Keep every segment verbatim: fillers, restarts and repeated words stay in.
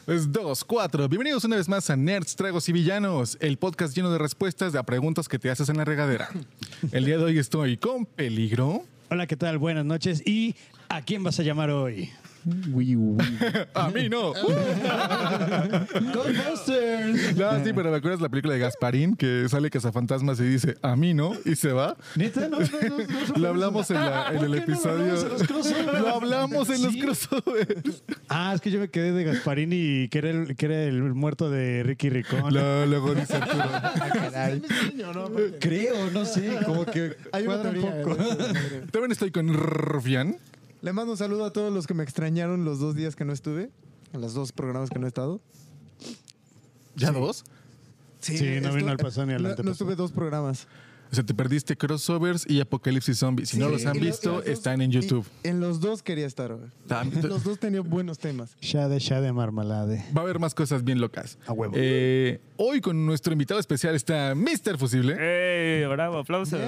Es dos, cuatro. Bienvenidos una vez más a Nerds, Tragos y Villanos, el podcast lleno de respuestas a preguntas que te haces en la regadera. El día de hoy estoy con Peligro. Hola, ¿qué tal? Buenas noches. ¿Y a quién vas a llamar hoy? A mí no. Ghostbusters. No, sí, pero ¿me acuerdas la película de Gasparín que sale cazafantasmas y dice a mí no? Y se va. ¿Neta? No, no, no, no, Lo hablamos en, la, en el episodio. Lo hablamos en los ¿Sí? crossovers. Ah, es que yo me quedé de Gasparín y que era el, que era el muerto de Ricky Ricón. Lo- Luego dice Arturo. Creo, no sé, como que Hay una cuadra un teoría, poco. ¿no? También estoy con Rufián. Le mando un saludo a todos los que me extrañaron los dos días que no estuve, en los dos programas que no he estado. ¿Ya Sí. dos? Sí, no vino al pasado ni al no, antepasado. no estuve dos programas. O sea, te perdiste crossovers y Apocalipsis Zombie. Si no Sí, los han y lo- visto, y los dos- están en y- YouTube. En los dos quería estar, güey. También- Los dos tenían buenos temas. Shade, shade, marmalade. Va a haber más cosas bien locas. A huevo. Eh, hoy con nuestro invitado especial está mister Fusible. ¡Ey! ¡Bravo! ¡Aplausos!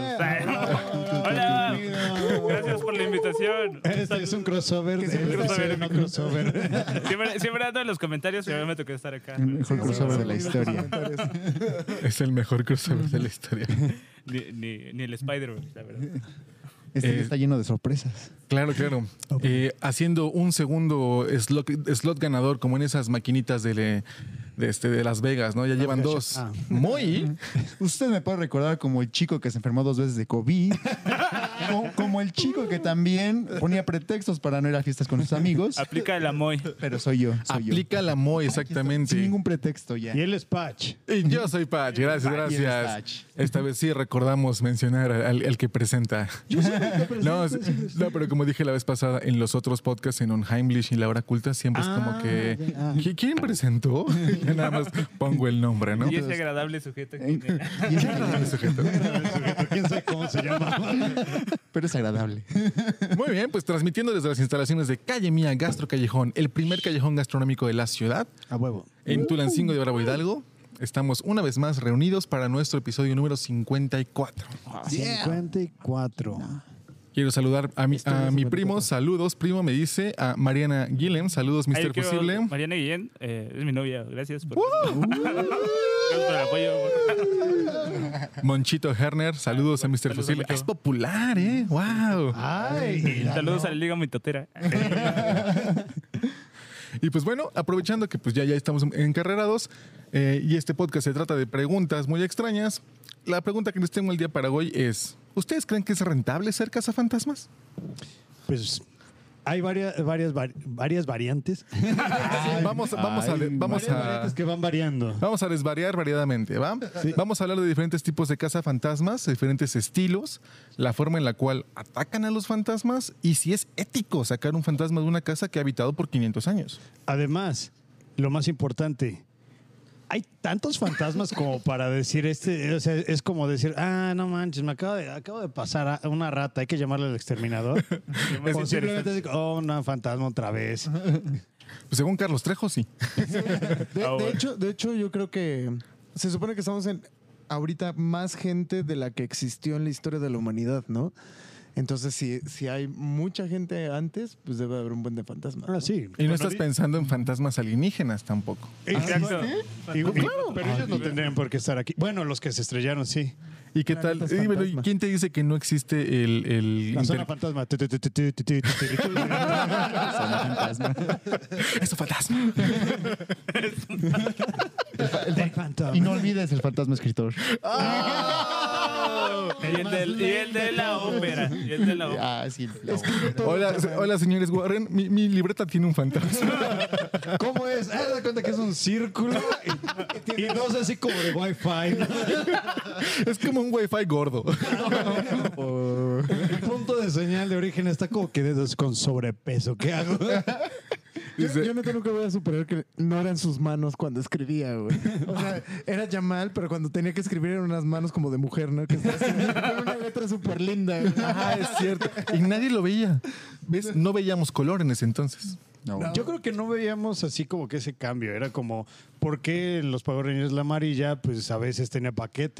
¡Hola! Gracias por la invitación. Este es un crossover. Es un de- crossover. no crossover. Siempre, siempre ando en los comentarios y a mí me tocó estar acá. El mejor crossover de la Sí, historia. comentarios. Es el mejor crossover de la historia. Ni, ni, ni el Spider-Man, la verdad. Este Eh, día está lleno de sorpresas. Claro, claro. Eh, haciendo un segundo slot, slot ganador como en esas maquinitas de, le- de, este, de Las Vegas, ¿no? Ya llevan dos. Ah. Muy. Usted me puede recordar como el chico que se enfermó dos veces de COVID. como, como el chico que también ponía pretextos para no ir a fiestas con sus amigos. Aplica el Amoy. Pero soy yo. Soy Aplica la Moy, yo. exactamente. Sin ningún pretexto ya. Y él es Patch. Y yo soy Patch, gracias, Y eres gracias. Patch. Esta vez sí recordamos mencionar al, al que presenta. no, es- no, pero como dije la vez pasada, en los otros podcasts, en Unheimlich y La Hora Culta, siempre es como Ah, que. ya. ¿qui- ¿Quién presentó? Ya nada más pongo el nombre, ¿no? Y ese agradable sujeto. Eh, que- y es- Sujeto. ¿Quién sabe cómo se llama? pero es agradable. Muy bien, pues transmitiendo desde las instalaciones de Calle Mía Gastro Callejón, el primer callejón gastronómico de la ciudad, A huevo. en Tulancingo de Bravo Hidalgo. Estamos una vez más reunidos para nuestro episodio número cincuenta y cuatro. cincuenta y cuatro. Quiero saludar a mi, Estoy a en mi cincuenta y primo. cuatro. Saludos, primo, me dice. A Mariana Guillem. Saludos, Ay, mister yo quiero- Fusible. Mariana Guillén eh, es mi novia. Gracias por, gracias por el apoyo. Monchito Herner. Saludos a mister Saludos, Fusible. Moncho. Es popular, ¿eh? ¡Wow! Ay, Saludos a la Liga Mitotera. Y pues bueno, aprovechando que pues ya, ya estamos encarrerados eh, y este podcast se trata de preguntas muy extrañas, la pregunta que les tengo el día para hoy es: ¿ustedes creen que es rentable ser cazafantasmas? pues hay varias, varias, vari- varias variantes. vamos vamos a, ay, vamos varias a variantes que van variando. Vamos a desvariar variadamente, ¿va? Vamos a hablar de diferentes tipos de cazafantasmas, de diferentes estilos, la forma en la cual atacan a los fantasmas y si es ético sacar un fantasma de una casa que ha habitado por quinientos años. Además, lo más importante, hay tantos fantasmas como para decir este, o sea, es como decir, ah, no manches, me acabo de, acabo de pasar a una rata, hay que llamarle al exterminador. O simplemente decir, oh, un fantasma otra vez. Pues según Carlos Trejo, sí. De, Ah, de bueno. hecho, de hecho, yo creo que se supone que estamos en ahorita más gente de la que existió en la historia de la humanidad, ¿no? Entonces, si, si hay mucha gente antes, pues debe haber un buen de fantasmas. Ah, sí. Y no Bueno, estás di- pensando en fantasmas alienígenas tampoco. Exacto. y- y- pero ellos no tendrían por qué estar aquí. Bueno, los que se estrellaron, sí. ¿Y qué La tal? neta es Y bueno, ¿y fantasma. quién te dice que no existe el... el La zona inter- fantasma. Tu, tu, tu, tu, tu, tu, tu, tu, tu. Zona fantasma. ¡Eso fantasma! El fantasma. Y no olvides el fantasma escritor. Y el, del, y el de la ópera. Y el de la ópera. Ah, sí. la- Hola, se- hola, señores Warren. Mi, mi libreta tiene un fantasma. ¿Cómo es? Ah, da cuenta que es un círculo y, y dos así como de Wi-Fi. Es como un wifi gordo. El punto de señal de origen está como que dedos con sobrepeso. ¿Qué hago? Yo, Dice- yo neta nunca voy a superar que no eran sus manos cuando escribía, güey. O sea, era Yamal, pero cuando tenía que escribir eran unas manos como de mujer, ¿no? Que estaba escribiendo con una letra súper linda, güey. Ah, es cierto. Y nadie lo veía. ¿Ves? No veíamos color en ese entonces. No. Yo creo que no veíamos así como que ese cambio. Era como, ¿por qué los Power Rangers la amarilla? Pues a veces tenía paquete.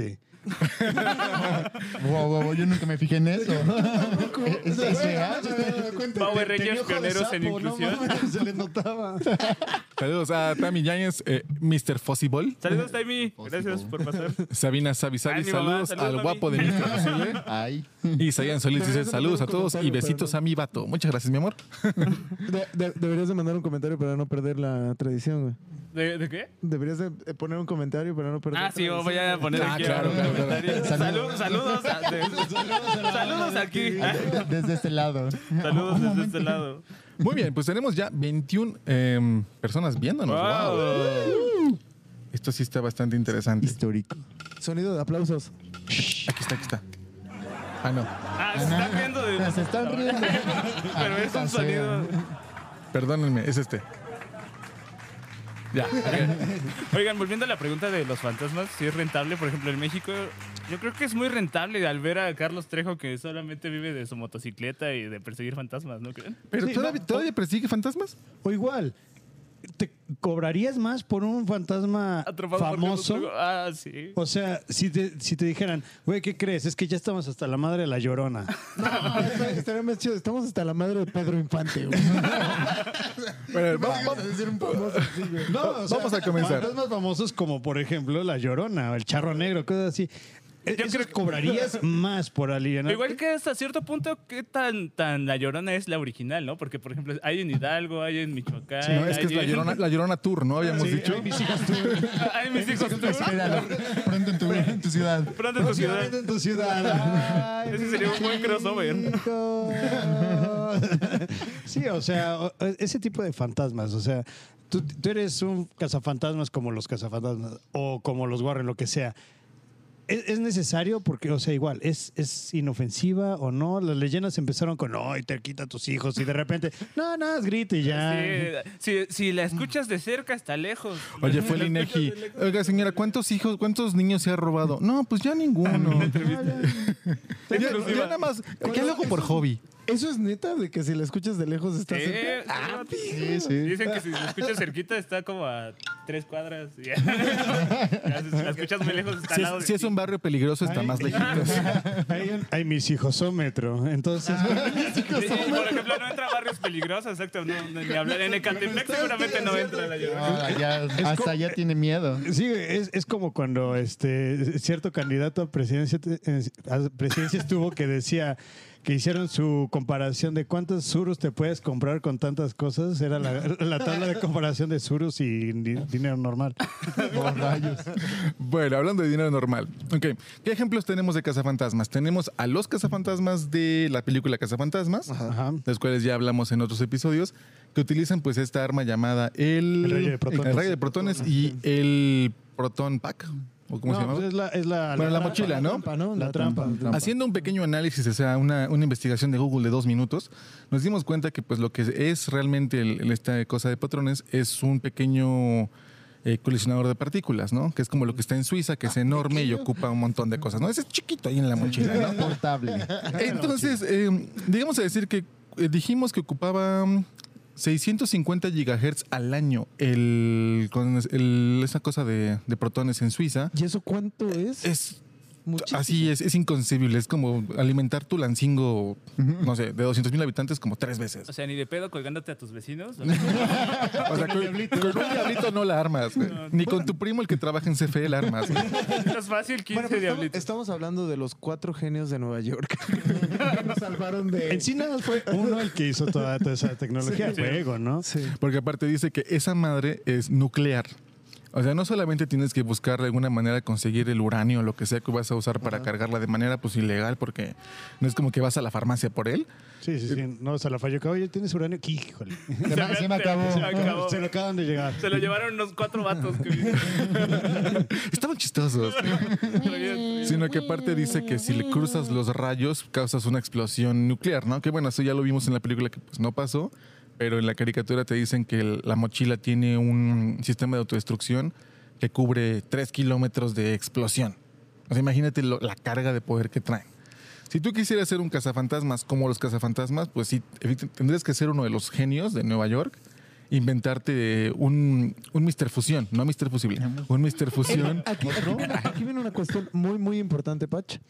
Wow, wow, wow, yo nunca me fijé en eso. ¿Es, es real? Power Rangers pioneros en inclusión. Se le notaba. Saludos a Tami Yáñez, eh, mister Fossibol. Saludos, Taimi. Gracias por pasar. Sabina Sabi Sabi, Ay, mi mamá, saludos, saludos, al mami. guapo de mister Posible. Ay. Y Sayan Solís dice saludos a todos y besitos a mi vato. Muchas gracias, mi amor. De- de- deberías de mandar un comentario para no perder la tradición, güey. ¿De, de qué? Deberías de eh, poner un comentario para no perder Ah, la sí, tradición. voy a poner Ah, aquí. claro, claro, claro. Saludos, saludos. a- de- saludos aquí. De- Desde este lado. Saludos desde este lado. Muy bien, pues tenemos ya veintiuna em, personas viéndonos. Wow. Wow. Esto sí está bastante interesante. Histórico. Sonido de aplausos. Aquí está, aquí está. Ah, no. Ah, se están riendo de. Se están riendo. Pero es un sonido. Perdónenme, es este. Ya. Oigan, volviendo a la pregunta de los fantasmas, si es rentable, por ejemplo, en México, yo creo que es muy rentable al ver a Carlos Trejo que solamente vive de su motocicleta y de perseguir fantasmas, ¿no creen? ¿Pero Sí, todavía, no. todavía persigue fantasmas? O igual, ¿te cobrarías más por un fantasma Atrapado por Carlos famoso? Trejo. Ah, sí. O sea, si te, si te dijeran, güey, ¿qué crees? Es que ya estamos hasta la madre de la Llorona. No, está- estaría más chido. Estamos hasta la madre de Pedro Infante, güey. Bueno, vamos, vamos- a decir un famoso así, güey. No, o sea, Vamos a comenzar. Fantasmas famosos como, por ejemplo, la Llorona o el Charro Negro, cosas así. Yo Yo creo creo que- cobrarías más por aliviar. Igual que hasta cierto punto, ¿qué tan, tan La Llorona es la original, no? Porque, por ejemplo, hay en Hidalgo, hay en Michoacán. no, es que es hay la en- Llorona, la Llorona Tour, ¿no? Habíamos Sí, dicho. ay, mis hijos tú. Hay mis hijos. tú. Espéralo. Pronto en tu, en tu ciudad. Pronto en tu ciudad. Próximamente en tu ciudad. Ay, Ese sería un buen crossover. hijo. Sí, o sea, o- ese tipo de fantasmas, o sea, tú, tú eres un cazafantasmas como los cazafantasmas o como los Warren, lo que sea. ¿Es, es necesario? Porque, o sea, igual, ¿es, ¿es inofensiva o no? Las leyendas empezaron con, no, y te quita a tus hijos, y de repente, no, nada, grita y ya. Sí, si, si la escuchas de cerca, está lejos. Oye, fue La el escuchas INEGI. de lejos. Oiga, señora, ¿cuántos hijos, cuántos niños se ha robado? No, pues ya ninguno. Ya, ya nada más. ¿Qué hago por hobby? ¿Eso es neta de que si la escuchas de lejos está Sí, cerca? ah, Sí, sí. Dicen que si la escuchas cerquita está como a tres cuadras. Ya. Ya, si la escuchas muy lejos está Si al lado es, de si es ti. un barrio peligroso, está Ay, más lejitos. Hay, un- hay mis hijosómetro, entonces... Sí, por ejemplo, no entra a barrios peligrosos, exacto. No, no, ni hablar. En Ecatepec seguramente no entra la Llorona. Ah, ya, hasta ya tiene miedo. Sí, es, es como cuando este cierto candidato a presidencia, eh, a presidencia estuvo que decía que hicieron su comparación de cuántos surus te puedes comprar con tantas cosas. Era la, la tabla de comparación de surus y di- dinero normal. Oh, rayos. Bueno, hablando de dinero normal. Ok, ¿qué ejemplos tenemos de cazafantasmas? Tenemos a los cazafantasmas de la película Cazafantasmas, Ajá. de los cuales ya hablamos en otros episodios, que utilizan pues esta arma llamada el, El rayo de protones. el rayo de protones y el Proton Pack. ¿O cómo se No, llama? pues es la, es la, Bueno, la trampa. mochila, ¿no? Trampa, ¿no? La trampa. Haciendo un pequeño análisis, o sea, una, una investigación de Google de dos minutos, nos dimos cuenta que pues lo que es realmente el- el- esta cosa de patrones es un pequeño eh, colisionador de partículas, ¿no? Que es como lo que está en Suiza, que es enorme y ocupa un montón de cosas, ¿no? Ese es chiquito ahí en la mochila, ¿no? Portable. Entonces, eh, digamos a decir que eh, dijimos que ocupaba mm, seiscientos cincuenta gigahertz al año el, con el- esa cosa de, de protones en Suiza. ¿Y eso cuánto es? Es Muchísimo. así, es, es inconcebible. Es como alimentar tu Lancingo, no sé, de doscientos mil habitantes como tres veces. O sea, ni de pedo colgándote a tus vecinos. O sea, con, con un diablito no la armas, güey. Ni con tu primo, el que trabaja en C F E, la armas, güey. Es fácil, quince Bueno, pero estamos, diablitos. estamos hablando de los cuatro genios de Nueva York. que nos salvaron de... En sí nada más fue uno el que hizo toda, toda esa tecnología. Sí. Fuego, ¿no? Sí. Porque aparte dice que esa madre es nuclear. O sea, no solamente tienes que buscar de alguna manera conseguir el uranio o lo que sea que vas a usar para cargarla de manera pues ilegal, porque no es como que vas a la farmacia por él. Sí, sí, sí. No, se la falló. Oye, ¿tienes uranio? Híjole. Se me, se me acabó. Se me acabó. Se lo acaban de llegar. Se lo llevaron unos cuatro vatos que vi. Estaban chistosos. Sino que aparte dice que si le cruzas los rayos causas una explosión nuclear, ¿no? Que bueno, eso ya lo vimos en la película que pues no pasó, pero en la caricatura te dicen que el- la mochila tiene un sistema de autodestrucción que cubre tres kilómetros de explosión. O sea, imagínate lo- la carga de poder que traen. Si tú quisieras ser un cazafantasmas como los cazafantasmas, pues sí, efectivamente, tendrías que ser uno de los genios de Nueva York inventarte un, un mister Fusión, no mister Fusible, un mister Fusión. Aquí, aquí viene, aquí viene una cuestión muy, muy importante, Pach.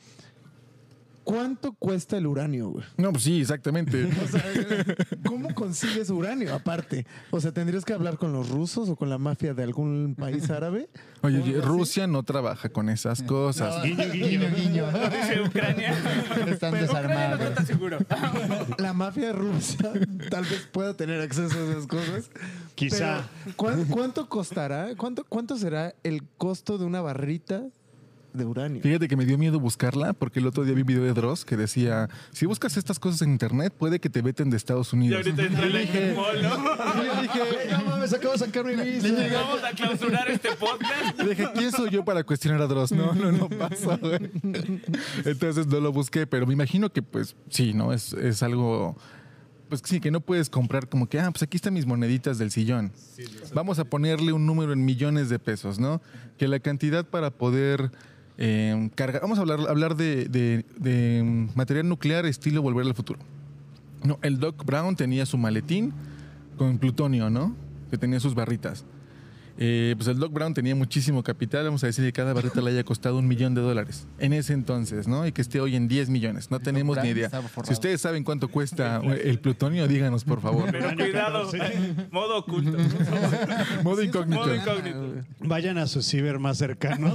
¿Cuánto cuesta el uranio, güey? No, pues sí, exactamente. O sea, ¿cómo consigues uranio aparte? O sea, ¿tendrías que hablar con los rusos o con la mafia de algún país árabe? Oye, ¿O algo así? Rusia no trabaja con esas cosas. Guiño, guiño. guiño. Dice Ucrania. Están Pero Ucrania no desarmados. está seguro. La mafia rusa tal vez pueda tener acceso a esas cosas. Quizá. Pero, ¿cuán- ¿cuánto costará? ¿Cuánto, ¿Cuánto será el costo de una barrita de uranio? Fíjate que me dio miedo buscarla porque el otro día vi un video de Dross que decía, si buscas estas cosas en internet puede que te veten de Estados Y Unidos. ahorita entra la Interpol, ¿no? Y yo dije, No mames, acabo de sacar mi visa. Vamos a clausurar este podcast. Le dije, ¿quién soy yo para cuestionar a Dross? No, no, no pasa, güey. Entonces no lo busqué, pero me imagino que pues sí, ¿no? Es, es algo, pues sí, que no puedes comprar como que, ah, pues aquí están mis moneditas del sillón. Vamos a ponerle un número en millones de pesos, ¿no? Que la cantidad para poder eh, cargar, vamos a hablar, hablar de, de- de material nuclear estilo Volver al Futuro. No, el Doc Brown tenía su maletín con plutonio, ¿no? Que tenía sus barritas. Eh, pues el Doc Brown tenía muchísimo capital, vamos a decir que cada barrita le haya costado un millón de dólares en ese entonces, ¿no? Y que esté hoy en diez millones. No tenemos Brown ni idea. estaba forrado. Si ustedes saben cuánto cuesta el plutonio, díganos, por favor. Pero cuidado. Modo oculto. Modo incógnito. Modo incógnito. Vayan a su ciber más cercano.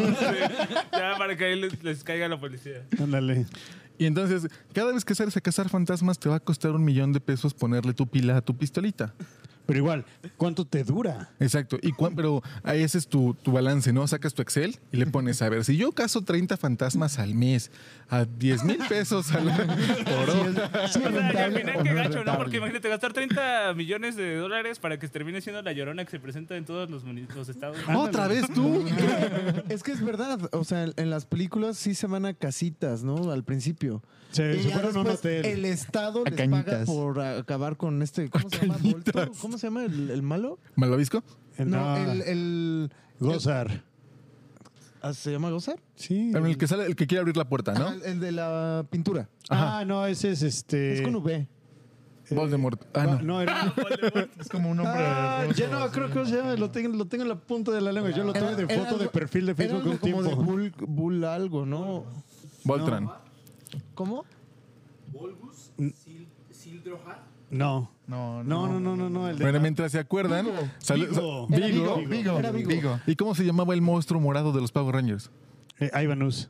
Ya para que ahí les, les caiga la policía. Ándale. Y entonces, cada vez que sales a cazar fantasmas, te va a costar un millón de pesos ponerle tu pila a tu pistolita. Pero igual, ¿cuánto te dura? Exacto. Y cuán- pero ahí ese es tu, tu balance, ¿no? Sacas tu Excel y le pones, a ver, si yo cazo treinta fantasmas al mes a diez mil pesos al, por hora. O sea, y al final qué gacho, ¿no? Porque imagínate gastar treinta millones de dólares para que termine siendo la llorona que se presenta en todos los, muni- los estados. ¿Otra vez tú? Es que es verdad. O sea, en las películas sí se van a casitas, ¿no? Al principio. Se, Y se ya fueron a un después hotel. el Estado A les paga cañitas. por acabar con este. ¿Cómo se llama? Volto? ¿Cómo se llama el, el malo? ¿Malvavisco? No, No, el. el Gozar. ah, ¿Se llama Gozar? Sí. El que sale, el que quiere abrir la puerta, ¿no? Ah, el, el de la pintura. Ah, no, ese es este. Es con V. Voldemort. Ah, No, no. no, era. Es como un hombre. Ah, rojo, ya no, así. creo que se llama, lo tengo, lo tengo en la punta de la lengua. Yo lo tuve de Era foto de algo- perfil de era Facebook algo un como de tiempo. bull, bull algo, ¿no? Voltran. ¿Cómo? No. No, No, no, no, no, no. El de Bueno, mientras se acuerdan, sale- Vigo. sa- Era Vigo. Vigo. Vigo, Era Vigo. Vigo. ¿Y cómo se llamaba el monstruo morado de los Power Rangers? Eh, Ivanus.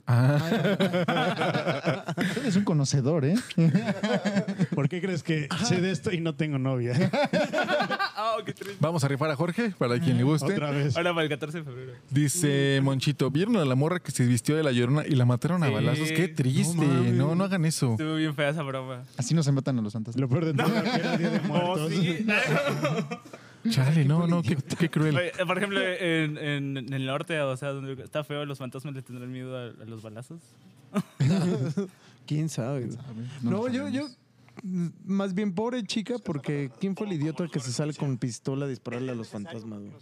Eres un conocedor, ¿eh? ¿Por qué crees que sé de esto y no tengo novia? Ah, qué triste. Vamos a rifar a Jorge, para quien le guste. Otra vez. Ahora para el catorce de febrero. Dice Monchito, ¿vieron a la morra que se vistió de la Llorona y la mataron a Sí. balazos? Qué triste. No mames. No, no hagan eso. Estuvo bien fea esa broma. Así no se matan a los fantasmas. Lo peor de todo es que era Día de Oh, Muertos. sí. Chale, no, no, qué, qué cruel. Oye, Por ejemplo, en, en, en el norte, o sea, donde está feo, los fantasmas le tendrán miedo a, a los balazos. ¿Quién sabe? No No, lo yo, yo, sabemos. mm, más bien pobre chica, porque ¿quién fue el idiota que se sale con pistola a dispararle a los fantasmas? güey?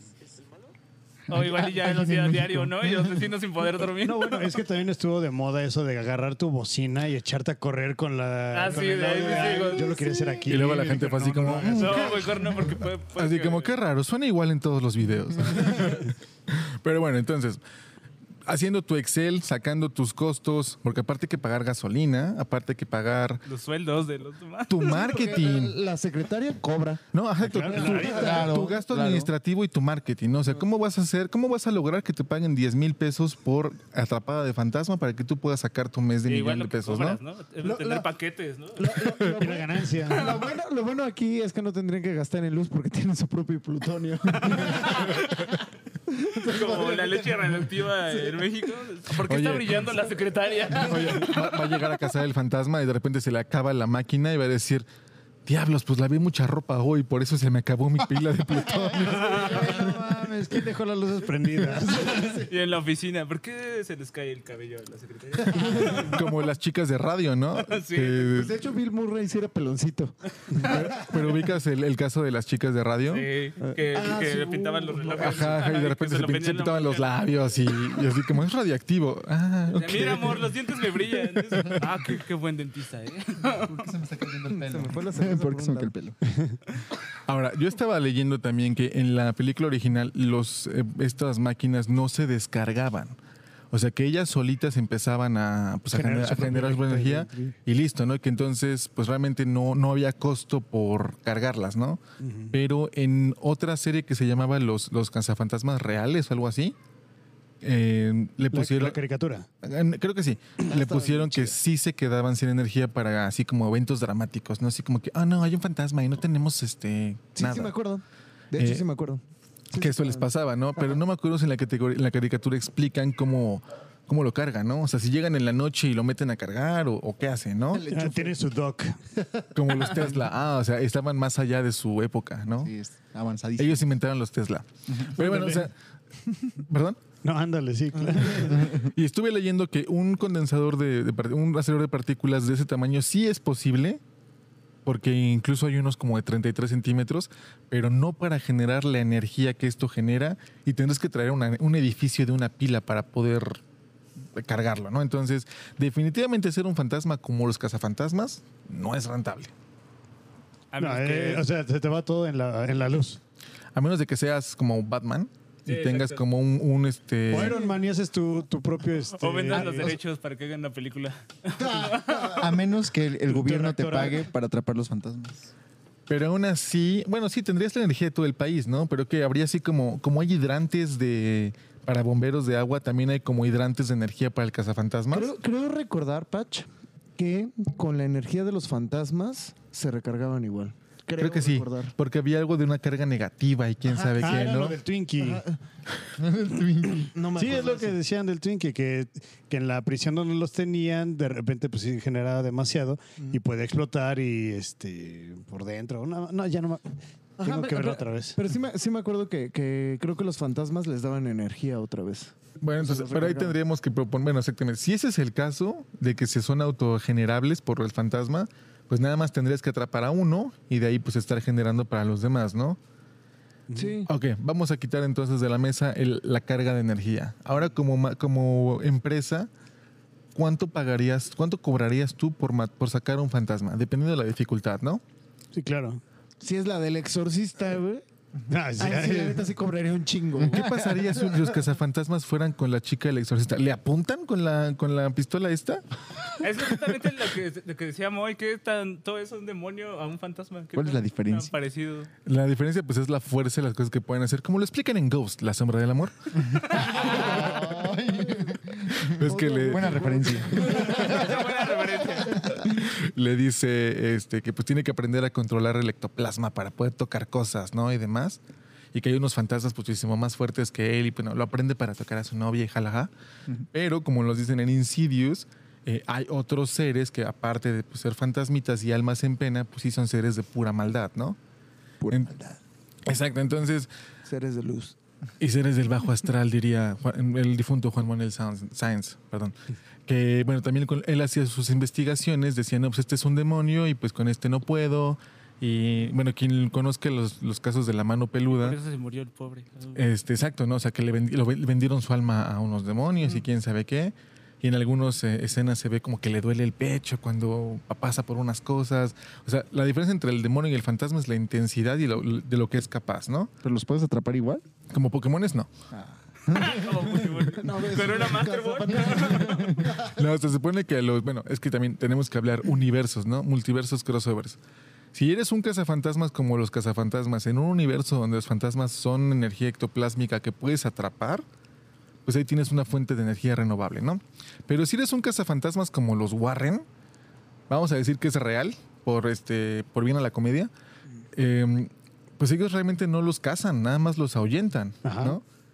O igual y ya lo hacía diario, ¿no? Y los vecinos sin poder dormir. No, bueno, es que también estuvo de moda eso de agarrar tu bocina y echarte a correr con la. Ah, con sí, el de ahí audio. sí, Ay, güey. Yo lo quería hacer aquí. Y luego la gente pero fue así no, como, no hagas. No, mejor no, porque puede. puede Así que- como, qué raro, suena igual en todos los videos. Pero bueno, entonces, haciendo tu Excel, sacando tus costos, porque aparte hay que pagar gasolina, aparte hay que pagar Los sueldos de los demás. tu marketing. La secretaria cobra. No, ajá, tu, Claro, tu- claro, tu gasto claro. administrativo y tu marketing, ¿no? O sea, ¿cómo vas a hacer, cómo vas a lograr que te paguen diez mil pesos por atrapada de fantasma para que tú puedas sacar tu mes de Sí, millón igual de lo que pesos, cobras, ¿no? ¿no? Es Lo- tener lo- paquetes, ¿no? Y la ganancia. Lo bueno, lo bueno aquí es que no tendrían que gastar en luz porque tienen su propio plutonio. Como la leche radioactiva en México. ¿Por qué Oye. está brillando la secretaria? Oye, va, va a llegar a cazar el fantasma y de repente se le acaba la máquina y va a decir, diablos, pues lavé mucha ropa hoy, por eso se me acabó mi pila de plutonio. No mames, mames, ¿quién dejó las luces prendidas? Y en la oficina, ¿por qué se les cae el cabello a la secretaria? Como las chicas de radio, ¿no? Sí. Que- Pues de hecho, Bill Murray sí era peloncito. pero, pero ubicas el, el caso de las chicas de radio. Sí, que, Ah, que sí, le pintaban los uh, relojes. Ajá, ajá, y de que repente se se, lo pin- prendían se la pintaban los mañana. labios y, y así como es radioactivo. Ah, ok. Mira, amor, los dientes me brillan. Ah, qué, qué buen dentista, ¿eh? ¿Por qué se me está cayendo el Se pelo? me fue la cerveza ¿Por qué por se un me cae el lado. pelo? Ahora, yo estaba leyendo también que en la película original los, eh, estas máquinas no se descargaban. O sea, que ellas solitas empezaban a, pues, a Generar generar, su a generar propia energía electricidad. y listo, ¿no? Que entonces, pues realmente no, no había costo por cargarlas, ¿no? Pero en otra serie que se llamaba Los, los Cazafantasmas Reales o algo así, eh, le La, pusieron... la caricatura. Eh, Creo que sí. Le pusieron que sí se quedaban sin energía para así como eventos dramáticos, ¿no? Así como que, ah, no, hay un fantasma y no tenemos este Sí, nada. sí me acuerdo. De hecho, Eh, sí me acuerdo. Sí, que sí eso me les acuerdo. pasaba, ¿no? Pero no me acuerdo si en la, categor- en la caricatura explican cómo, cómo lo cargan, ¿no? O sea, si llegan en la noche y lo meten a cargar o, o qué hacen, ¿no? Ah, tiene su doc. Como los Tesla. Ah, o sea, estaban más allá de su época, ¿no? Sí, es avanzadísimo. Ellos inventaron los Tesla. Pero bueno, o sea, ¿perdón? No, ándale, sí, claro. Y estuve leyendo que un condensador de, de part- un acelerador de partículas de ese tamaño sí es posible, porque incluso hay unos como de treinta y tres centímetros, pero no para generar la energía que esto genera y tendrás que traer una- un edificio de una pila para poder cargarlo, ¿no? Entonces, definitivamente ser un fantasma como los cazafantasmas no es rentable. A No, menos que- eh, o sea, se te va todo en la, en la luz. A menos de que seas como Batman y Sí, tengas exacto. como un, un, este... O Iron Man y haces tu, tu propio... Este, O vendas los eh, derechos para que hagan la película. A menos que el, el Tu gobierno te reactora. pague para atrapar los fantasmas. Pero aún así, bueno, sí, tendrías la energía de todo el país, ¿no? Pero que habría así como, como hay hidrantes de para bomberos de agua, también hay como hidrantes de energía para el cazafantasmas. Creo, creo recordar, Patch, que con la energía de los fantasmas se recargaban igual. Creo, Creo que sí, recordar. porque había algo de una carga negativa y quién sabe Ah, qué, era ¿no? lo del Twinkie. No me Sí, acuerdo es lo de que eso. decían del Twinkie, que, que en la prisión donde los tenían, de repente pues sí generaba demasiado y puede explotar y este por dentro. No, no, ya no me... Ajá, Tengo que pero- verlo pero- otra vez. Pero sí me, sí me acuerdo que, que creo que los fantasmas les daban energía otra vez. Bueno, O sea, entonces, los pero ahí recargaban. tendríamos que proponer, bueno, exactamente, si ese es el caso de que se son autogenerables por el fantasma, pues nada más tendrías que atrapar a uno y de ahí pues estar generando para los demás, ¿no? Sí. Ok, vamos a quitar entonces de la mesa el- la carga de energía. Ahora, como, ma- como empresa, ¿cuánto pagarías, cuánto cobrarías tú por, ma- por sacar un fantasma? Dependiendo de la dificultad, ¿no? Sí, claro. Si es la del exorcista, güey. Ah, sí, Ay, sí, la neta sí cobraría un chingo. güey. ¿Qué pasaría si los cazafantasmas fueran con la chica del exorcista? ¿Le apuntan con la, con la pistola esta? Es justamente lo que, lo que decía Moy, que tan, todo eso es un demonio a un fantasma. ¿Qué ¿Cuál es tan- la diferencia? tan parecido. La diferencia pues es la fuerza y las cosas que pueden hacer, como lo explican en Ghost, la sombra del amor. Es que le, Buena referencia. Esa buena referencia. le dice este, que pues tiene que aprender a controlar el ectoplasma para poder tocar cosas, ¿no? Y demás. Y que hay unos fantasmas muchísimo más fuertes que él y bueno, lo aprende para tocar a su novia y jalaja. Pero como nos dicen en Insidious, eh, hay otros seres que aparte de pues, ser fantasmitas y almas en pena, pues sí son seres de pura maldad, ¿no? Pura En- maldad. Exacto, entonces... Seres de luz. Y seres del bajo astral, diría Juan- el difunto Juan Manuel Sáenz, Sáenz, perdón. Que, bueno, también con- él hacía sus investigaciones, decía, no, pues este es un demonio y pues con este no puedo. Y, bueno, quien conozca los, los casos de la mano peluda, Por eso se murió el pobre. este, exacto, ¿no? O sea, que le vendi- lo ve- vendieron su alma a unos demonios y quién sabe qué. Y en algunas eh, escenas se ve como que le duele el pecho cuando pasa por unas cosas. O sea, la diferencia entre el demonio y el fantasma es la intensidad y lo- de lo que es capaz, ¿no? ¿Pero los puedes atrapar igual? Como Pokémones, no. Como Pokémon. Pero era Master Ball. No, se supone que los. Bueno, es que también tenemos que hablar universos, ¿no? Multiversos, crossovers. Si eres un cazafantasmas como los cazafantasmas, en un universo donde los fantasmas son energía ectoplásmica que puedes atrapar, pues ahí tienes una fuente de energía renovable, ¿no? Pero si eres un cazafantasmas como los Warren, vamos a decir que es real, por este, por bien a la comedia, eh, pues ellos realmente no los cazan, nada más los ahuyentan, Ajá. ¿no?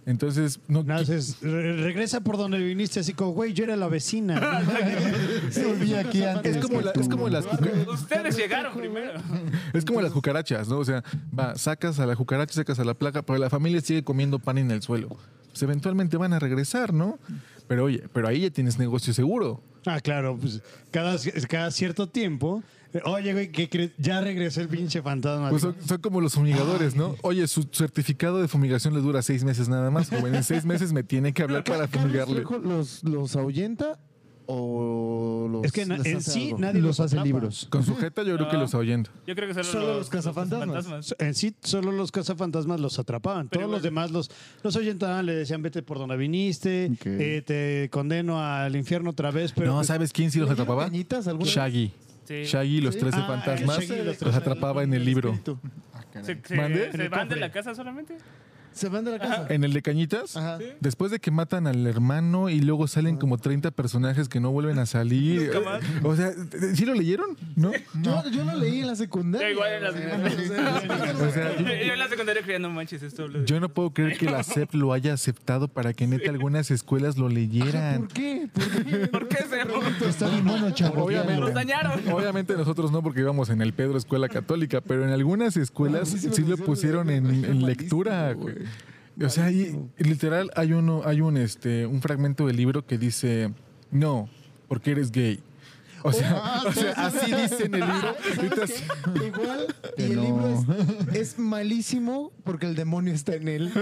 Entonces, no, No, es, re- regresa por donde viniste, así como, güey, yo era la vecina. Se volvía aquí antes. es como, que la- tú. es como las cuca- Ustedes llegaron primero. es como las cucarachas, ¿no? O sea, va, sacas a la cucaracha, sacas a la plaga, pero la familia sigue comiendo pan en el suelo. Pues eventualmente van a regresar, ¿no? Pero oye, pero ahí ya tienes negocio seguro. Ah, claro, pues cada, cada cierto tiempo. eh, Oye, güey, ¿qué crees? Ya regresó el pinche fantasma. Pues son, son como los fumigadores, ¿no? Oye, su certificado de fumigación le dura seis meses nada más. O en seis meses me tiene que hablar para ¿Carlos fumigarle. Trejo los, los ahuyenta o los Es que na- les en hace sí algo? nadie Los hace atrapa. libros. Con sujeta yo creo que No. los ahuyenta. Yo creo que solo, Solo los cazafantasmas. fantasmas. En sí, solo los cazafantasmas los atrapaban. Pero Todos los igual- demás los, los ahuyentaban, le decían, vete por donde viniste, Ok. eh, te condeno al infierno otra vez. Pero No, pues, ¿sabes quién sí los ¿Leyeron atrapaba? Cañitas alguna vez? Shaggy. Sí. Shaggy, los Sí. trece Ah, fantasmas, Shaggy y los los, trece atrapaba en el libro. Espíritu. ¿Se, se- ¿Mande? se En el van de cofre. la casa solamente? Se van de la casa. En el de Cañitas, Ajá. después de que matan al hermano y luego salen como treinta personajes que no vuelven a salir. Nunca más. O sea, ¿sí lo leyeron? ¿No? Yo, yo lo leí en la secundaria. Ya, igual en las- O sea, Yo en la secundaria creía, no manches, esto habla de- yo no puedo creer que la S E P lo haya aceptado para que neta algunas escuelas lo leyeran. ¿Por qué? ¿Por qué? ¿Por qué se Está bien mono, chavo. Obviamente. nos dañaron? Obviamente nosotros no, porque íbamos en el Pedro Escuela Católica, pero en algunas escuelas Ah, sí, sí, sí me lo pusieron pusieron en, en- en malísimo, lectura, güey. güey. O sea, ahí, literal hay uno, hay un este, un fragmento del libro que dice no, porque eres gay. O sea, o sea, así dice en el libro. Ahorita sí- Igual, y Que el no. libro es, es malísimo porque el demonio está en él.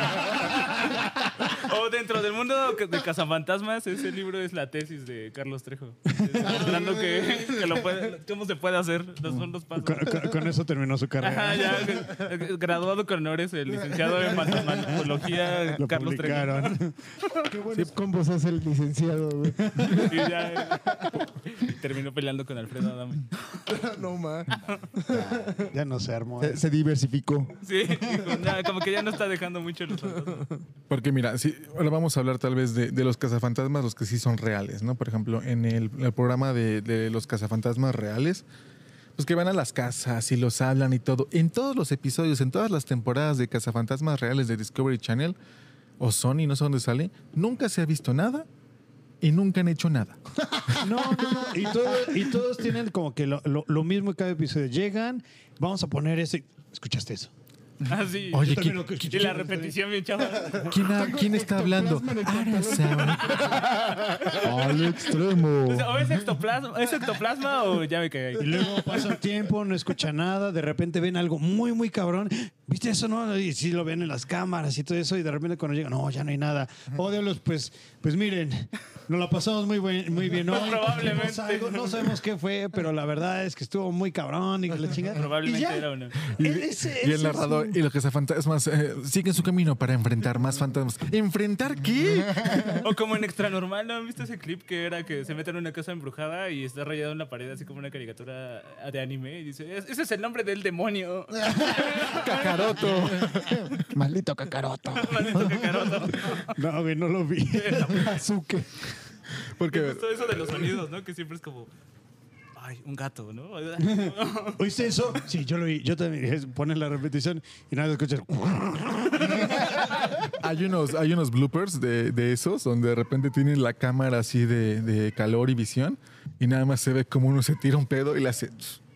O dentro del mundo que- de cazafantasmas, ese libro es la tesis de Carlos Trejo. Mostrando que, que lo puede, cómo se puede hacer, los son los pasos. con, con- con eso terminó su carrera. Ajá, ya, eh, graduado con honores, el licenciado en fantasmología, Lo Carlos Trejo. publicaron. Qué buenos combos hace el licenciado, güey. Y ya eh, terminó peleando con Alfredo Adame. No, ma. Ya no se armó. Se, se diversificó. Sí, dijo, ya, como que ya no está dejando mucho los fantasmas. Porque mira, sí, ahora vamos a hablar tal vez de, de los cazafantasmas, los que sí son reales, ¿no? Por ejemplo, en el, el programa de, de los cazafantasmas reales, pues que van a las casas y los hablan y todo. En todos los episodios, en todas las temporadas de cazafantasmas reales de Discovery Channel o Sony, no sé dónde sale, nunca se ha visto nada y nunca han hecho nada. No, no, no. Y, todo- y todos tienen como que lo, lo- lo mismo en cada episodio. Llegan, vamos a poner ese. ¿Escuchaste eso? Ah, sí. Oye, Yo también ¿quién, lo que escuché. Y la repetición bien chava. quién ha- quién está hablando? Al extremo. O sea, o es ectoplasma, ¿es ectoplasma o ya me caí? Y luego pasa el tiempo, no escucha nada, de repente ven algo muy, muy cabrón. ¿Viste eso, no? Y sí lo ven en las cámaras y todo eso, y de repente cuando llegan, no, ya no hay nada. Oh, diablos, pues, pues miren, nos la pasamos muy, buen- muy bien hoy. Probablemente. Vimos algo, no sabemos qué fue, pero la verdad es que estuvo muy cabrón y la chingada. Probablemente Y ya. era uno. Y, Ese- y ese el narrador y los cazafantasmas eh, siguen su camino para enfrentar más fantasmas. ¿Enfrentar qué? O como en Extra Normal, ¿no han visto ese clip que era que se meten en una casa embrujada y está rayado en la pared así como una caricatura de anime y dice, ese es el nombre del demonio. Cacaroto. Maldito cacaroto. Maldito cacaroto. No, güey, no lo vi. Azuque. Porque Todo eso de los sonidos, ¿no? Que siempre es como, ay, un gato, ¿no? ¿Oíste eso? Sí, yo lo vi. Yo también. Es- Pones la repetición y nada, escuchas. hay unos, hay unos bloopers de, de esos donde de repente tienen la cámara así de, de calor y visión y nada más se ve como uno se tira un pedo y le hace...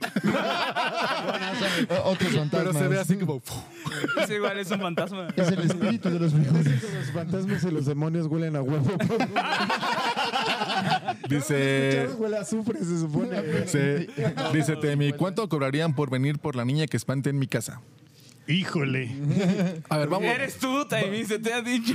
O- Otros fantasmas. Pero se ve así como... Es igual, es un fantasma. Es el espíritu de los frijoles. Los fantasmas y los demonios huelen a huevo. Dice... Huele a azufre, se supone. güey. se- dice Temi, ¿cuánto cobrarían por venir por la niña que espante en mi casa? Híjole. A ver, vamos. Eres tú, Taimi, se te ha dicho.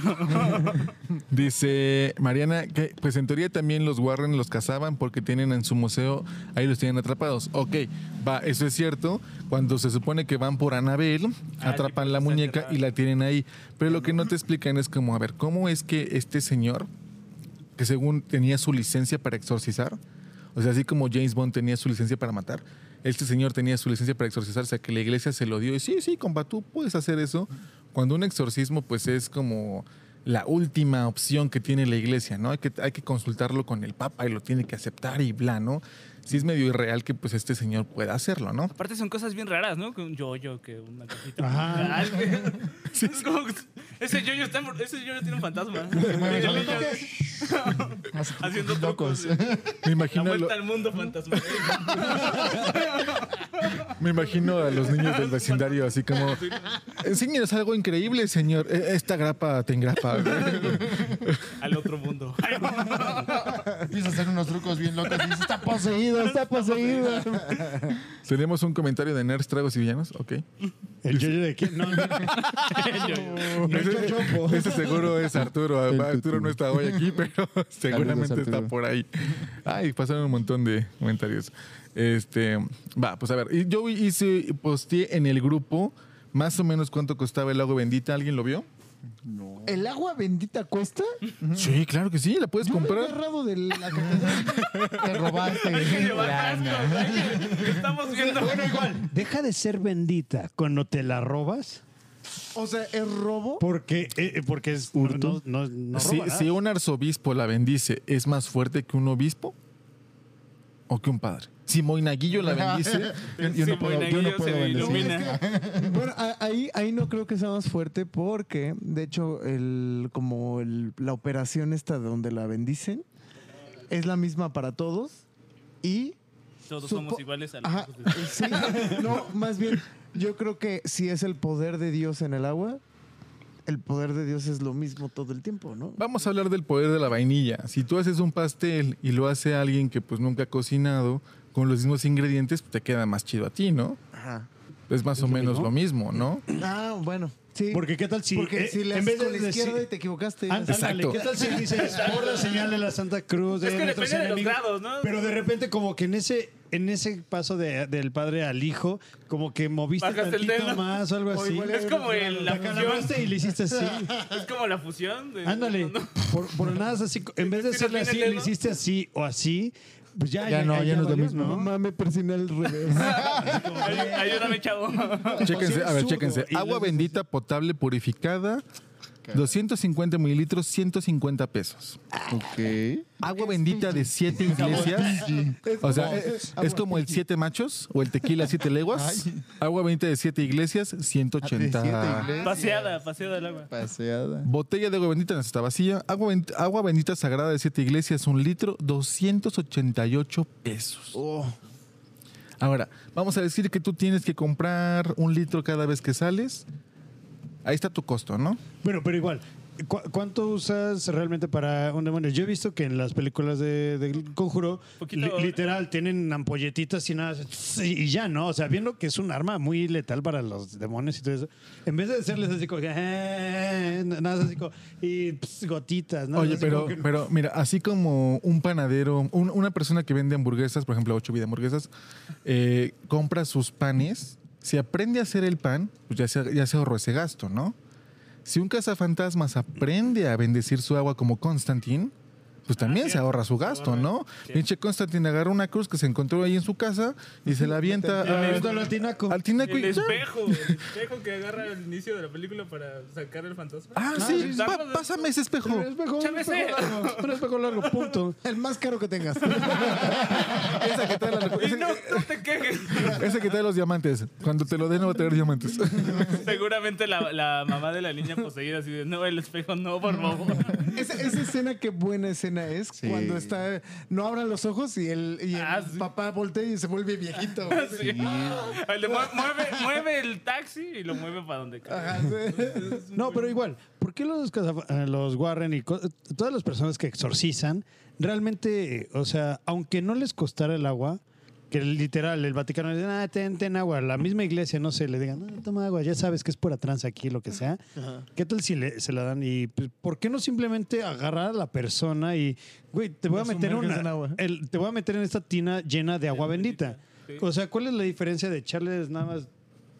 Dice Mariana que pues en teoría también los Warren los cazaban porque tienen en su museo, ahí los tienen atrapados. Ok, va, eso es cierto. Cuando se supone que van por Annabelle, Ah, atrapan sí, la está muñeca enterrada. y la tienen ahí. Pero lo que no te explican es como, a ver, ¿cómo es que este señor, que según tenía su licencia para exorcizar, o sea, así como James Bond tenía su licencia para matar, este señor tenía su licencia para exorcizar, o sea, que la iglesia se lo dio. Y sí, sí, compa, tú puedes hacer eso. Cuando un exorcismo, pues es como la última opción que tiene la iglesia, ¿no? Hay que, hay que consultarlo con el papa y lo tiene que aceptar y bla, ¿no? Sí es medio irreal que pues este señor pueda hacerlo, ¿no? Aparte son cosas bien raras, ¿no? Que un yoyo, que una cajita. Ajá. musical, que- es como- Ese yoyo está, ese yoyo tiene un fantasma. mueve Y el solo. niño haciendo Locos. trucos. Me La imagino, a lo- vuelta al mundo fantasma. me imagino a los niños del vecindario así como, enséñenos algo increíble, señor. E- Esta grapa te engrapa. Al otro mundo. Empieza a hacer unos trucos bien locos y dice, está poseído, está poseído. Tenemos un comentario de nerds, tragos y villanos. Ok. ¿El yoyo de quién? No, no. No, Ese, Chopo. ese seguro es Arturo. El Arturo tutu. no está hoy aquí, pero seguramente Arturo. está por ahí. Ay, pasaron un montón de comentarios. Este, va, pues a ver. y Yo hice, posteé en el grupo más o menos cuánto costaba el agua bendita. ¿Alguien lo vio? ¿El agua bendita cuesta? Sí, claro que sí, la puedes Yo me he comprar. agarrado de la catedral. Te robaste. Hay que llevar lana. frascos, hay que- Estamos viendo. Bueno, igual, deja de ser bendita cuando te la robas, O sea, ¿es robo? porque, eh, porque es no, no, no Si, roba, si ¿verdad? un arzobispo la bendice, ¿es más fuerte que un obispo o que un padre? Si Moinaguillo la bendice, Yo, yo Sí, no puedo, yo no Moinaguillo puedo se bendecir. ilumina. Bueno, a- ahí, ahí no creo que sea más fuerte porque, de hecho, el, como el- la operación esta de donde la bendicen es la misma para todos y... Todos Supo- somos iguales a los Ajá, ojos de Dios. sí, no, más bien, yo creo que si es el poder de Dios en el agua, el poder de Dios es lo mismo todo el tiempo, ¿no? vamos a hablar del poder de la vainilla. Si tú haces un pastel y lo hace alguien que pues nunca ha cocinado con los mismos ingredientes, pues, te queda más chido a ti, ¿no? Ajá. Es más o lo menos mismo? lo mismo, ¿no? Ah, bueno, sí. Porque qué tal si Porque eh, si le en haces vez con de la izquierda decir- y te equivocaste. Ándale, Exacto. ¿qué tal si dices por la señal de la Santa Cruz de Es que nuestros depende de los enemigos? grados, ¿no? Pero de repente como que en ese en ese paso de- del padre al hijo, como que moviste Bajaste el tantito dedo. más o algo O así. igual Es como el, la La calabaste fusión. y le hiciste así. Es como la fusión. De, Ándale. no, no. Por, por nada es así. En vez de ¿Tiras hacerle bien así, el le dedo? hiciste así o así. Pues ya, Ya no, ya no es lo valió, mismo. Mamá me persiné al revés. Ay- Ayúdame, chavo. Chéquense, a ver, zurdo chéquense. y Agua le haces bendita potable purificada, doscientos cincuenta mililitros, ciento cincuenta pesos. Ok. Agua bendita de siete iglesias. O sea, es, es como el siete machos o el tequila siete leguas. Agua bendita de siete iglesias, ciento ochenta. De siete iglesias. Paseada, paseada del agua. Paseada. Botella de agua bendita está vacía. Agua, ben- agua bendita sagrada de siete iglesias, un litro, doscientos ochenta y ocho pesos. Oh, Ahora, vamos a decir que tú tienes que comprar un litro cada vez que sales. Ahí está tu costo, ¿no? Bueno, pero igual, ¿cu- ¿cuánto usas realmente para un demonio? Yo he visto que en las películas de, de Conjuro, Poquito- li- literal, tienen ampolletitas y nada, y y ya, ¿no? O sea, viendo que es un arma muy letal para los demonios y todo eso, en vez de hacerles así como que, eh, nada, así como, y ps, gotitas, ¿no? Oye, Así pero, como que- pero mira, así como un panadero, un- una persona que vende hamburguesas, por ejemplo, ocho vida hamburguesas, eh, compra sus panes, si aprende a hacer el pan, pues ya se, ya se ahorró ese gasto, ¿no? Si un cazafantasmas aprende a bendecir su agua como Constantine, pues también se cierto. ahorra su gasto, ¿no? Pinche Constantine agarró una cruz que se encontró ahí en su casa y se la avienta Ya me a- gusta lo al tinaco. al tinaco El y ya. espejo, el espejo que agarra al inicio de la película para sacar el fantasma. Ah, Ah, sí, sí, pa- sí. pásame ese espejo. Un espejo, un Chávese. espejo largo, un espejo largo, punto. el más caro que tengas. Ese que trae la- Y ese- no, no te quejes. ese que trae los diamantes. Cuando te lo den, no va a traer diamantes. Seguramente la, la mamá de la niña poseída así de, no, el espejo no, por favor. Esa, esa escena, qué buena escena es Sí. cuando está, no abran los ojos y el, y el Ah, sí. papá voltea y se vuelve viejito. Sí. El de mue- mueve, mueve el taxi y lo mueve para donde cae. Ajá, sí. No, pero igual, ¿por qué los, cazaf- eh, los Warren y co- todas las personas que exorcizan, realmente, eh, o sea, aunque no les costara el agua, que literal, el Vaticano le dice, ah, ten, ten agua, la misma iglesia, no sé, le digan, no, toma agua, ya sabes que es pura tranza aquí, lo que sea. ¿Qué tal si le- se la dan? Y pues, ¿por qué no simplemente agarrar a la persona y, güey, te voy a La meter sumerges una, en agua. el- te voy a meter en esta tina llena de agua bendita? Sí. O sea, ¿cuál es la diferencia de echarles nada más?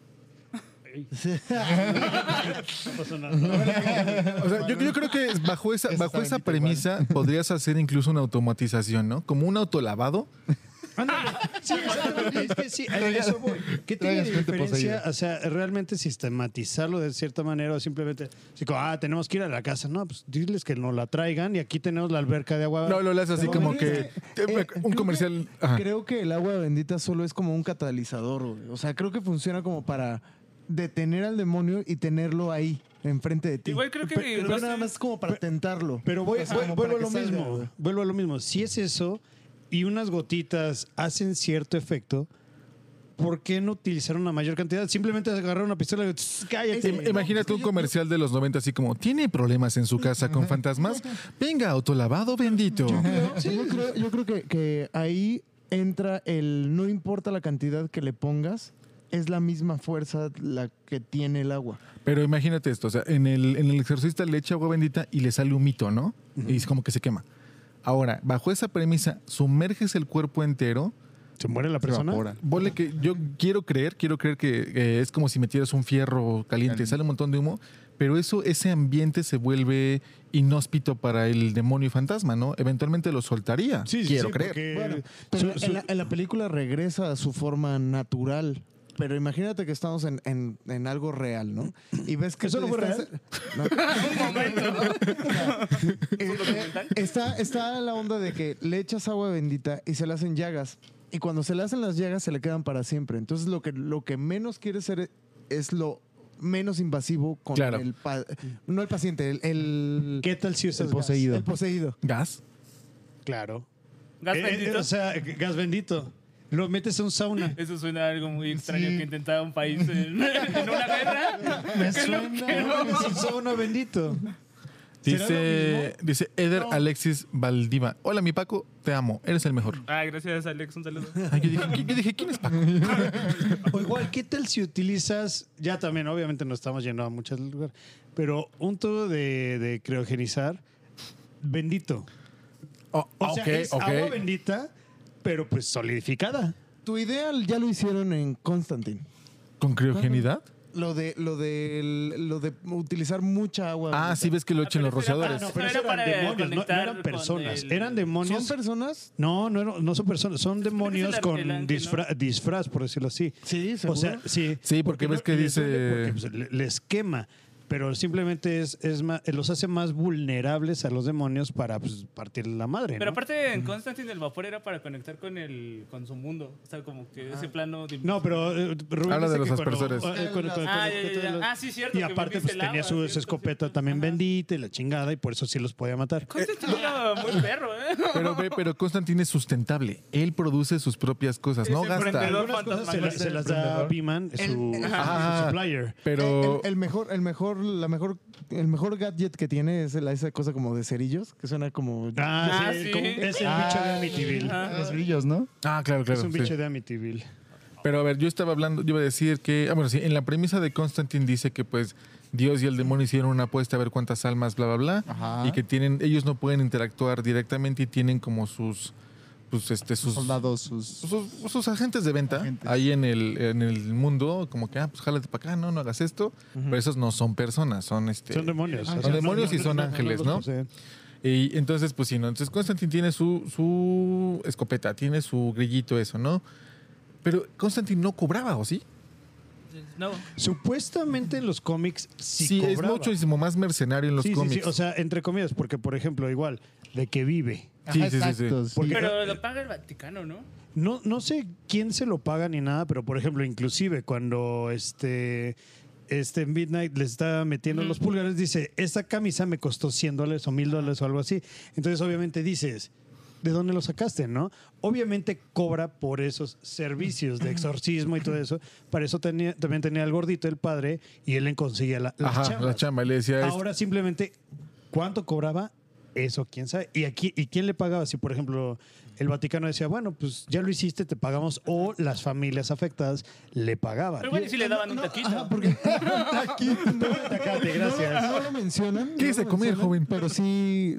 No pasó nada. O sea, yo, yo creo que bajo esa, Esa bajo esa bendita premisa podrías hacer incluso una automatización, ¿no? Como un autolavado. Ándale. Sí, exactamente. Es que sí, a eso voy. ¿Qué tiene Traigas de gente diferencia? poseída. O sea, realmente sistematizarlo de cierta manera o simplemente, así como, ah, tenemos que ir a la casa. No, pues diles que nos la traigan y aquí tenemos la alberca de agua. No, lo le haces así No, como es que que, eh, un creo comercial. que- Ajá. Creo que el agua bendita solo es como un catalizador, güey. O sea, creo que funciona como para detener al demonio y tenerlo ahí. enfrente de ti. Igual creo que Pero no nada sé. más como para tentarlo. Pero voy- O sea, voy- como vuelvo a para lo que salga, mismo. güey. Vuelvo a lo mismo. Si es eso y unas gotitas hacen cierto efecto, ¿por qué no utilizar una mayor cantidad? Simplemente agarrar una pistola y tss, cállate. Im- Imagínate un comercial de los noventa así como, ¿tiene problemas en su casa con fantasmas? Venga, autolavado bendito. Yo creo, yo creo que, que ahí entra el no importa la cantidad que le pongas, es la misma fuerza la que tiene el agua. Pero imagínate esto, o sea, en el, en el exorcista le echa agua bendita y le sale un mito, ¿no? Y es como que se quema. Ahora, bajo esa premisa, sumerges el cuerpo entero. ¿Se muere la persona? evapora. Vole que yo quiero creer, quiero creer que eh, es como si metieras un fierro caliente, Caliente. sale un montón de humo, pero eso, ese ambiente se vuelve inhóspito para el demonio y fantasma, ¿no? Eventualmente lo soltaría. Sí, sí, quiero sí, creer. porque Bueno, pero su- su- en, la, en la película regresa a su forma natural. Pero imagínate que estamos en, en- en algo real, ¿no? Y ves que ¿Eso no fue estás- No. Eh, eh, está, está la onda de que le echas agua bendita y se le hacen llagas. Y cuando se le hacen las llagas se le quedan para siempre. Entonces lo que, lo que menos quiere ser es lo menos invasivo con Claro. el pa- no el paciente, el, el, ¿Qué tal si usas El gas? poseído. el poseído. ¿Gas? Claro. Gas Eh, eh, bendito. o sea, gas bendito. Lo metes a un sauna. Eso suena a algo muy extraño Sí. que intentaba un país en, en una guerra. Me Que lo suena. quiero. Lo metes a un sauna bendito. ¿Será lo Dice, mismo? dice Eder No. Alexis Valdiva. Hola, mi Paco, te amo, eres el mejor. Ah, gracias, Alex. Un saludo. Ay, yo, dije, yo dije, ¿quién es Paco? O igual, ¿qué tal si utilizas, ya también, obviamente no estamos yendo a muchos lugares, pero un tubo de, de criogenizar bendito? Oh, O sea, ok, es ok. agua bendita, pero pues solidificada. Tu idea ya lo hicieron en Constantine. ¿Con criogenidad? Lo de, lo de, lo de utilizar mucha agua. Ah, bendita. sí, ves que lo echan los pero era para- rociadores. no, pero Era eso eran para demonios, no, no conectar eran con personas. el- Eran demonios. ¿Son personas? No, no, no, no son personas, son demonios el- con el ángel, disfra- disfraz, por decirlo así. Sí, O seguro. sea, sí. Sí, porque ves que les duele dice- porque, pues, le- les quema, pero simplemente es, es más, los hace más vulnerables a los demonios para pues, partir la madre. Pero ¿no? aparte, en Constantine el vapor era para conectar con el con su mundo. O sea, como que ese plano. de- No, pero eh, Rubén Habla de dice los que cuando- aspersores. eh, cuando- cuando- Ah, cuando- ya, ya, ya. cuando- Ah, sí, cierto. Y que aparte, bendiste pues el tenía agua, su, su cierto, escopeta cierto. también Ajá. bendita y la chingada, y por eso sí los podía matar. Constantine era muy perro, ¿eh? Pero ve, pero Constantine es sustentable. Él produce sus propias cosas, no Es gasta. emprendedor. Algunas cosas se, las- se las da Emprendedor. Biman, su, El- su Ajá. supplier. Pero el, el mejor, el mejor, la mejor, el mejor gadget que tiene es la, esa cosa como de cerillos, que suena como. Ah, Ah, sí, sí. como- es el Ah, bicho de Amityville. Ajá. Los brillos, ¿no? ah, claro, claro. es un sí. bicho de Amityville. Pero a ver, yo estaba hablando, yo iba a decir que, ah, bueno, sí, en la premisa de Constantine dice que pues Dios y el demonio hicieron una apuesta a ver cuántas almas, bla, bla, bla, Ajá. y que tienen, ellos no pueden interactuar directamente y tienen como sus, pues, este, sus Soldados, sus. sus, sus agentes de venta Agentes. ahí en el, en el mundo, como que, ah, pues jálate para acá, no, no hagas esto, pero esos no son personas, son este. Son demonios. Son O sea, demonios y son ángeles, los ¿no? poseen. Y entonces, pues sí, ¿no? Entonces Constantine tiene su, su escopeta, tiene su grillito, eso, ¿no? Pero Constantine no cobraba, ¿o sí? No. Supuestamente en los cómics sí, Sí, es cobraba. muchísimo más mercenario en los Sí, sí, cómics. sí, o sea, entre comillas, porque por ejemplo, igual, de que vive. Sí, Ajá, sí, sí, sí. exacto, sí. Porque- Pero lo paga el Vaticano, ¿no? No, no sé quién se lo paga ni nada, pero por ejemplo, inclusive cuando este, este Midnight le está metiendo los pulgares, dice, esta camisa me costó cien dólares o mil dólares o algo así. Entonces obviamente dices, ¿de dónde lo sacaste, no? Obviamente cobra por esos servicios de exorcismo y todo eso. Para eso tenía, también tenía el gordito, el padre, y él le conseguía la, las Ajá, chambas. la chamba. Y le decía, este, Ahora simplemente, ¿cuánto cobraba? Eso, quién sabe. ¿Y aquí y quién le pagaba? Si, por ejemplo, el Vaticano decía, bueno, pues ya lo hiciste, te pagamos, o las familias afectadas le pagaban. Pero igual y si le daban un taquito. Ajá, porque aquí no, Tacate, gracias. no lo mencionan. ¿Qué no se lo come el mencionan, joven? Pero sí,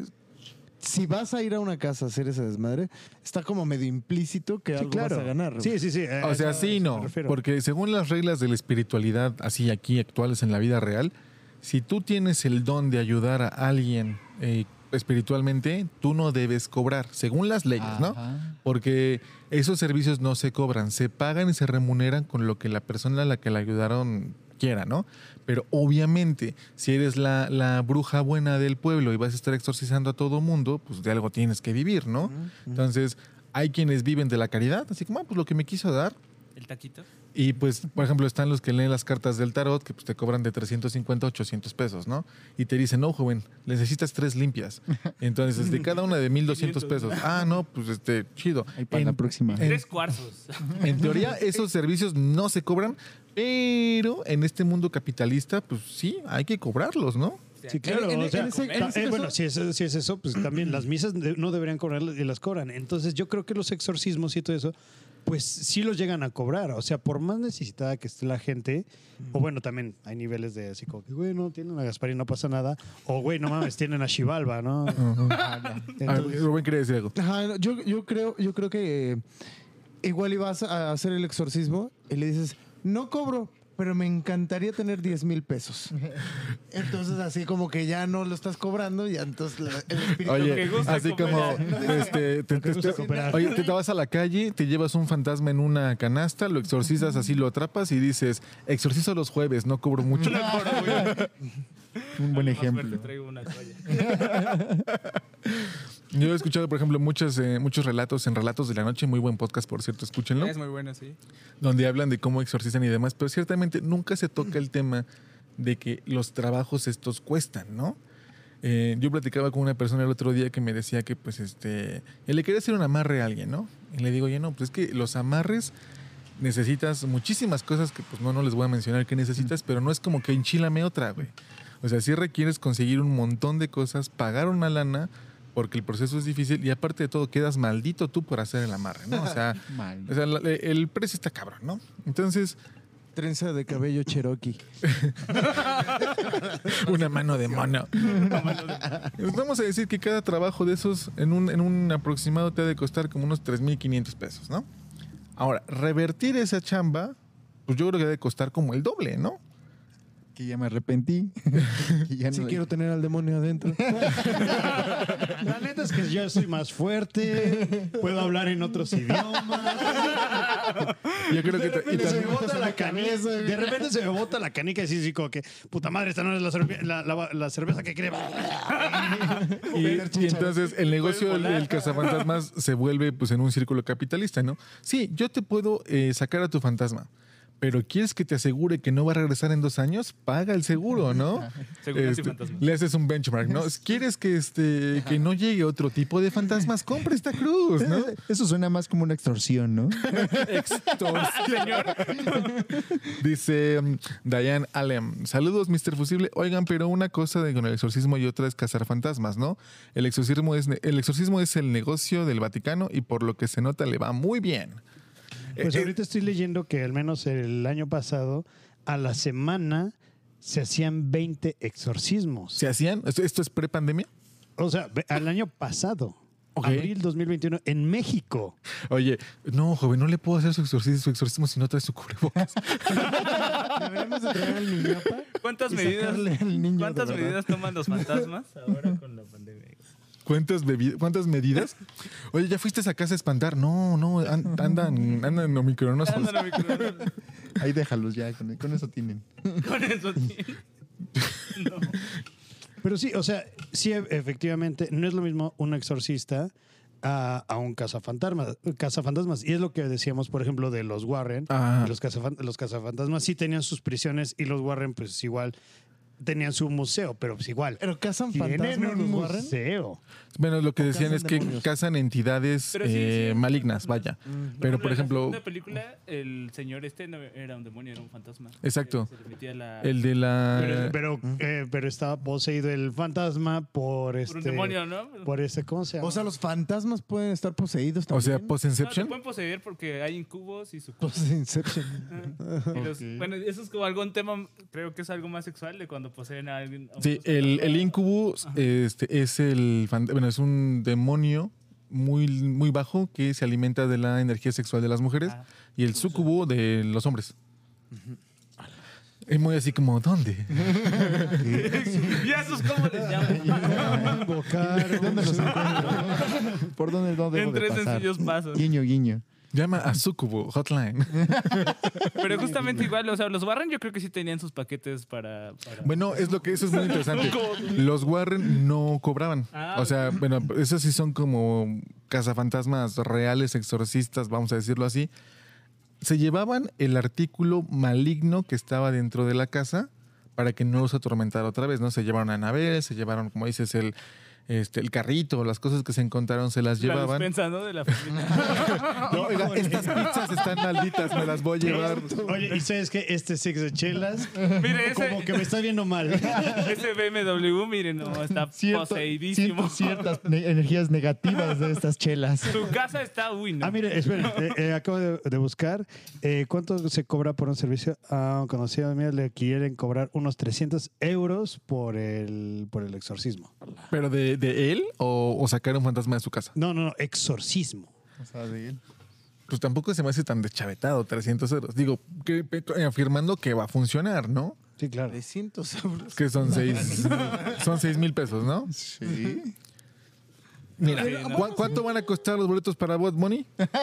si vas a ir a una casa a hacer ese desmadre, está como medio implícito que Sí, algo claro. vas a ganar. güey. Sí, sí, sí. o sea, sí, no. Porque según las reglas de la espiritualidad, así aquí actuales en la vida real, si tú tienes el don de ayudar a alguien eh, espiritualmente, tú no debes cobrar, según las leyes, ¿no? Ajá. Porque esos servicios no se cobran, se pagan y se remuneran con lo que la persona a la que la ayudaron quiera, ¿no? Pero obviamente, si eres la, la bruja buena del pueblo y vas a estar exorcizando a todo mundo, pues de algo tienes que vivir, ¿no? Entonces, hay quienes viven de la caridad, así como, ah, pues lo que me quiso dar, ¿El taquito? Y pues, por ejemplo, están los que leen las cartas del tarot, que pues te cobran de trescientos cincuenta a ochocientos pesos, ¿no? Y te dicen, no, joven, necesitas tres limpias. Entonces, de cada una de mil doscientos pesos. Ah, no, pues este, chido. Ahí para la próxima. en- Tres cuarzos. En teoría, esos servicios no se cobran, pero en este mundo capitalista, pues sí, hay que cobrarlos, ¿no? Sí, claro. En- o en- sea, en ese- en ta- ese eh, caso- bueno, si es, si es eso, pues también las misas de- no deberían cobrar y las cobran. Entonces, yo creo que los exorcismos y todo eso, pues sí los llegan a cobrar. O sea, por más necesitada que esté la gente, o bueno, también hay niveles de así como que, güey, no, tienen a Gaspar y no pasa nada. O, güey, no mames, tienen a Xibalba, ¿no? A ver, Entonces, Rubén quería decir algo. Ajá, no, yo, yo creo, yo creo que eh, igual ibas a hacer el exorcismo y le dices, no cobro, pero me encantaría tener diez mil pesos. Entonces así como que ya no lo estás cobrando y ya entonces la- el espíritu... Oye, que gusta así como, cooperar. este, te, te- gusta te- cooperar. oye, te, te vas a la calle, te llevas un fantasma en una canasta, lo exorcizas, así lo atrapas y dices, exorcizo los jueves, no cobro mucho. Un buen Más fuerte, ejemplo. traigo una toalla. Yo he escuchado, por ejemplo, muchos, eh, muchos relatos en Relatos de la Noche, muy buen podcast, por cierto, escúchenlo, Es muy bueno, sí. donde hablan de cómo exorcizan y demás, pero ciertamente nunca se toca el tema de que los trabajos estos cuestan, ¿no? Eh, yo platicaba con una persona el otro día que me decía que, pues, este, él le quería hacer un amarre a alguien, ¿no? Y le digo, oye, no, pues es que los amarres necesitas muchísimas cosas que, pues, no, no les voy a mencionar que necesitas, pero no es como que enchílame otra, güey. O sea, sí requieres conseguir un montón de cosas, pagar una lana, porque el proceso es difícil y aparte de todo quedas maldito tú por hacer el amarre, ¿no? O sea, Mal. o sea la- el precio está cabrón, ¿no? Entonces, Trenza de cabello Cherokee. una mano de mono. Pues vamos a decir que cada trabajo de esos en un, en un aproximado te ha de costar como unos tres mil quinientos pesos, ¿no? Ahora, revertir esa chamba, pues yo creo que debe costar como el doble, ¿no? Que ya me arrepentí. Que ya Sí no- quiero tener al demonio adentro. la neta es que yo soy más fuerte, puedo hablar en otros idiomas. Yo creo que... De ta- y repente se me también- bota la canica. De repente se me bota la canica y así, así como que, puta madre, esta no es la, cerve- la, la- la cerveza que quiere. Y, y entonces el negocio del el cazafantasmas se vuelve pues en un círculo capitalista, ¿no? Sí, yo te puedo eh, sacar a tu fantasma, pero ¿quieres que te asegure que no va a regresar en dos años? Paga el seguro, ¿no? Seguros y Este, fantasmas. le haces un benchmark, ¿no? ¿Quieres que, este, que no llegue otro tipo de fantasmas? Compra esta cruz, ¿no? Eso suena más como una extorsión, ¿no? Dice um, Diane Alem. Saludos, mister Fusible. Oigan, pero una cosa de con el exorcismo y otra es cazar fantasmas, ¿no? El exorcismo es, el exorcismo es el negocio del Vaticano y por lo que se nota le va muy bien. Pues Eh, ahorita estoy leyendo que al menos el año pasado, a la semana, se hacían veinte exorcismos. ¿Se hacían? ¿Esto, esto es pre-pandemia? O sea, ve- al año pasado, Ok. abril dos mil veintiuno, en México. Oye, no, joven, no le puedo hacer su exorcismo, su exorcismo si no trae su cubrebocas. Deberíamos de traer al niñapa. ¿Cuántas Y medidas, sacarle al niño, ¿cuántas de verdad. medidas toman los fantasmas ahora con la pandemia? ¿Cuántas, bebi- ¿Cuántas medidas? Oye, ¿ya fuiste a casa a espantar? No, no, an- andan, andan omicronosos. Ándale, mi cruz. Ahí déjalos ya, con, con eso tienen. Con eso tiene. No. Pero sí, o sea, sí, e- efectivamente, no es lo mismo un exorcista a, a un cazafantasmas, cazafantasmas. Y es lo que decíamos, por ejemplo, de los Warren. Ah. Los, cazafan- los cazafantasmas sí tenían sus prisiones y los Warren, pues igual, tenían su museo, pero pues igual. Pero cazan Tienen fantasmas un los Warren. museo. Bueno, lo que O decían cazan es que demonios. cazan entidades Pero sí, eh, sí. malignas, vaya. Pero, por En ejemplo, la segunda película, el señor este no era un demonio, era un fantasma. Exacto. Se le metía la... el de la... Pero, pero, eh, pero estaba poseído el fantasma por este. por un demonio, ¿no? Por ese, ¿cómo se llama? O sea, los fantasmas pueden estar poseídos o también. sea, No, te post-inception. pueden poseer porque hay incubos y su... Pues Inception. y los- Bueno, eso es como algún tema, creo que es algo más sexual de cuando poseen a alguien. a Sí, otros el, el fantasmas. incubus este, es el fan- bueno, es un demonio muy, muy bajo que se alimenta de la energía sexual de las mujeres Ah. y el sucubo de los hombres. Es muy así como, ¿dónde? ¿Y esos cómo les llaman? Invocar. ¿Dónde los encuentro? ¿Por dónde no debo En de tres pasar? sencillos pasos. Guiño, guiño. Llama a sucubo, hotline. Pero justamente igual, o sea, los Warren yo creo que sí tenían sus paquetes para... para- Bueno, es lo que eso es muy interesante. Los Warren no cobraban. Ah, O sea, bueno, esos sí son como cazafantasmas reales, exorcistas, vamos a decirlo así. se llevaban el artículo maligno que estaba dentro de la casa para que no los atormentara otra vez, ¿no? Se llevaron a Anabel, se llevaron, como dices, el, este, el carrito, las cosas que se encontraron se las La llevaban. despensa, ¿no? De la familia. No, oiga, estas pizzas están malditas, me las voy a llevar. Oye, ¿y sabes qué? Este six de chelas, Mire, ese, como que me está viendo mal. ese B M W, miren, no, está Cierto- poseidísimo. siento ciertas ne- energías negativas de estas chelas. Su casa está, uy, no. Ah, mire, esperen, eh, eh, acabo de, de buscar. Eh, ¿Cuánto se cobra por un servicio? A un conocido mío le quieren cobrar unos trescientos euros por el, por el exorcismo. ¿Pero de, de él o, o sacar un fantasma de su casa? No, no, no, exorcismo. O sea, de él. Pues tampoco se me hace tan deschavetado, trescientos euros. Digo, que, eh, afirmando que va a funcionar, ¿no? Sí, claro. trescientos euros. Que son seis, son seis mil pesos, ¿no? Sí. Mira, Sí, no. ¿cu- ¿cuánto van a costar los boletos para Bot Money?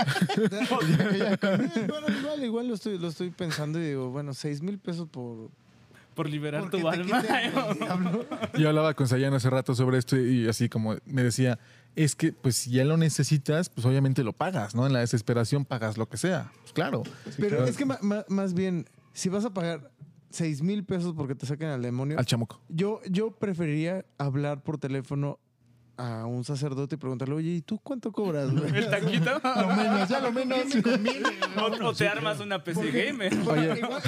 Bueno, igual, igual lo estoy, lo estoy pensando y digo, bueno, seis mil pesos por... Por liberar porque tu te alma. quiten el diablo. Yo hablaba con Sayan hace rato sobre esto y así como me decía, es que pues si ya lo necesitas, pues obviamente lo pagas, ¿no? En la desesperación pagas lo que sea. Pues claro. Pero claro. es que ma- ma- más bien, si vas a pagar seis mil pesos porque te saquen al demonio, Al chamuco. yo, yo preferiría hablar por teléfono a un sacerdote y preguntarle, oye, ¿y tú cuánto cobras, güey? El taquito. Lo menos, ya lo menos. O, o te armas una P C gamer. Oye, igual,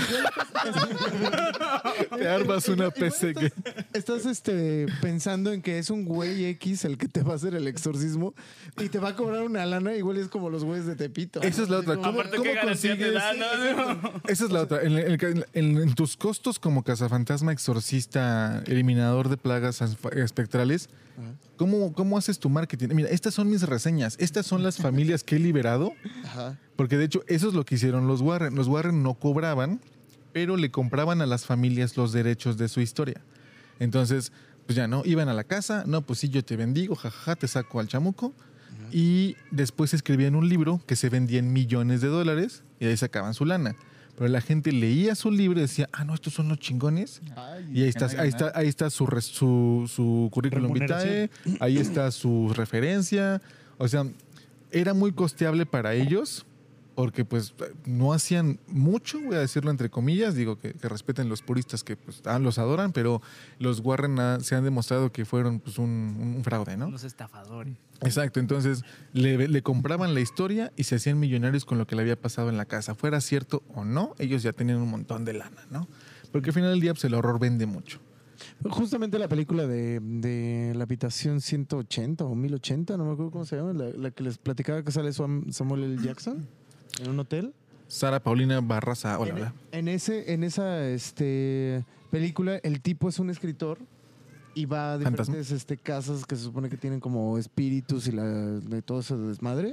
igual Te armas una P C que... estás este, pensando en que es un güey X el que te va a hacer el exorcismo y te va a cobrar una lana, igual es como los güeyes de Tepito. Esa es la otra. ¿Cómo, Aparte, cómo ¿qué garantía te consigues? da? No, no. Esa es la otra. En, en- en- en tus costos como cazafantasma, exorcista, eliminador de plagas asf- espectrales, ¿cómo, ¿cómo haces tu marketing? Mira, estas son mis reseñas. Estas son las familias que he liberado. Ajá. Porque de hecho, eso es lo que hicieron los Warren. Los Warren no cobraban, pero le compraban a las familias los derechos de su historia. Entonces, pues ya no, iban a la casa, no, pues sí, yo te bendigo, jajaja, te saco al chamuco. Y después escribían un libro que se vendía en millones de dólares y ahí sacaban su lana. Pero la gente leía su libro y decía, ah, no, estos son los chingones. Ay, Y ahí está, que no ahí hay está, nada. ahí está su, res- su, su currículum vitae, ahí está su referencia. O sea, era muy costeable para ellos porque pues no hacían mucho, voy a decirlo entre comillas, digo que, que respeten los puristas que pues, ah, los adoran, pero los Warren ah, se han demostrado que fueron pues, un, un fraude, ¿no? Los estafadores. Exacto, entonces le, le compraban la historia y se hacían millonarios con lo que le había pasado en la casa. Fuera cierto o no, ellos ya tenían un montón de lana, ¿no? Porque al final del día pues, el horror vende mucho. Justamente la película de, de la habitación ciento ochenta o mil ochenta, no me acuerdo cómo se llama, la, la que les platicaba que sale Sam- Samuel L. Jackson en un hotel. Sara Paulina Barraza, hola, en, hola. en ese, en esa este, película, el tipo es un escritor y va a Fantasma. diferentes este, casas que se supone que tienen como espíritus y la, de todo ese desmadre.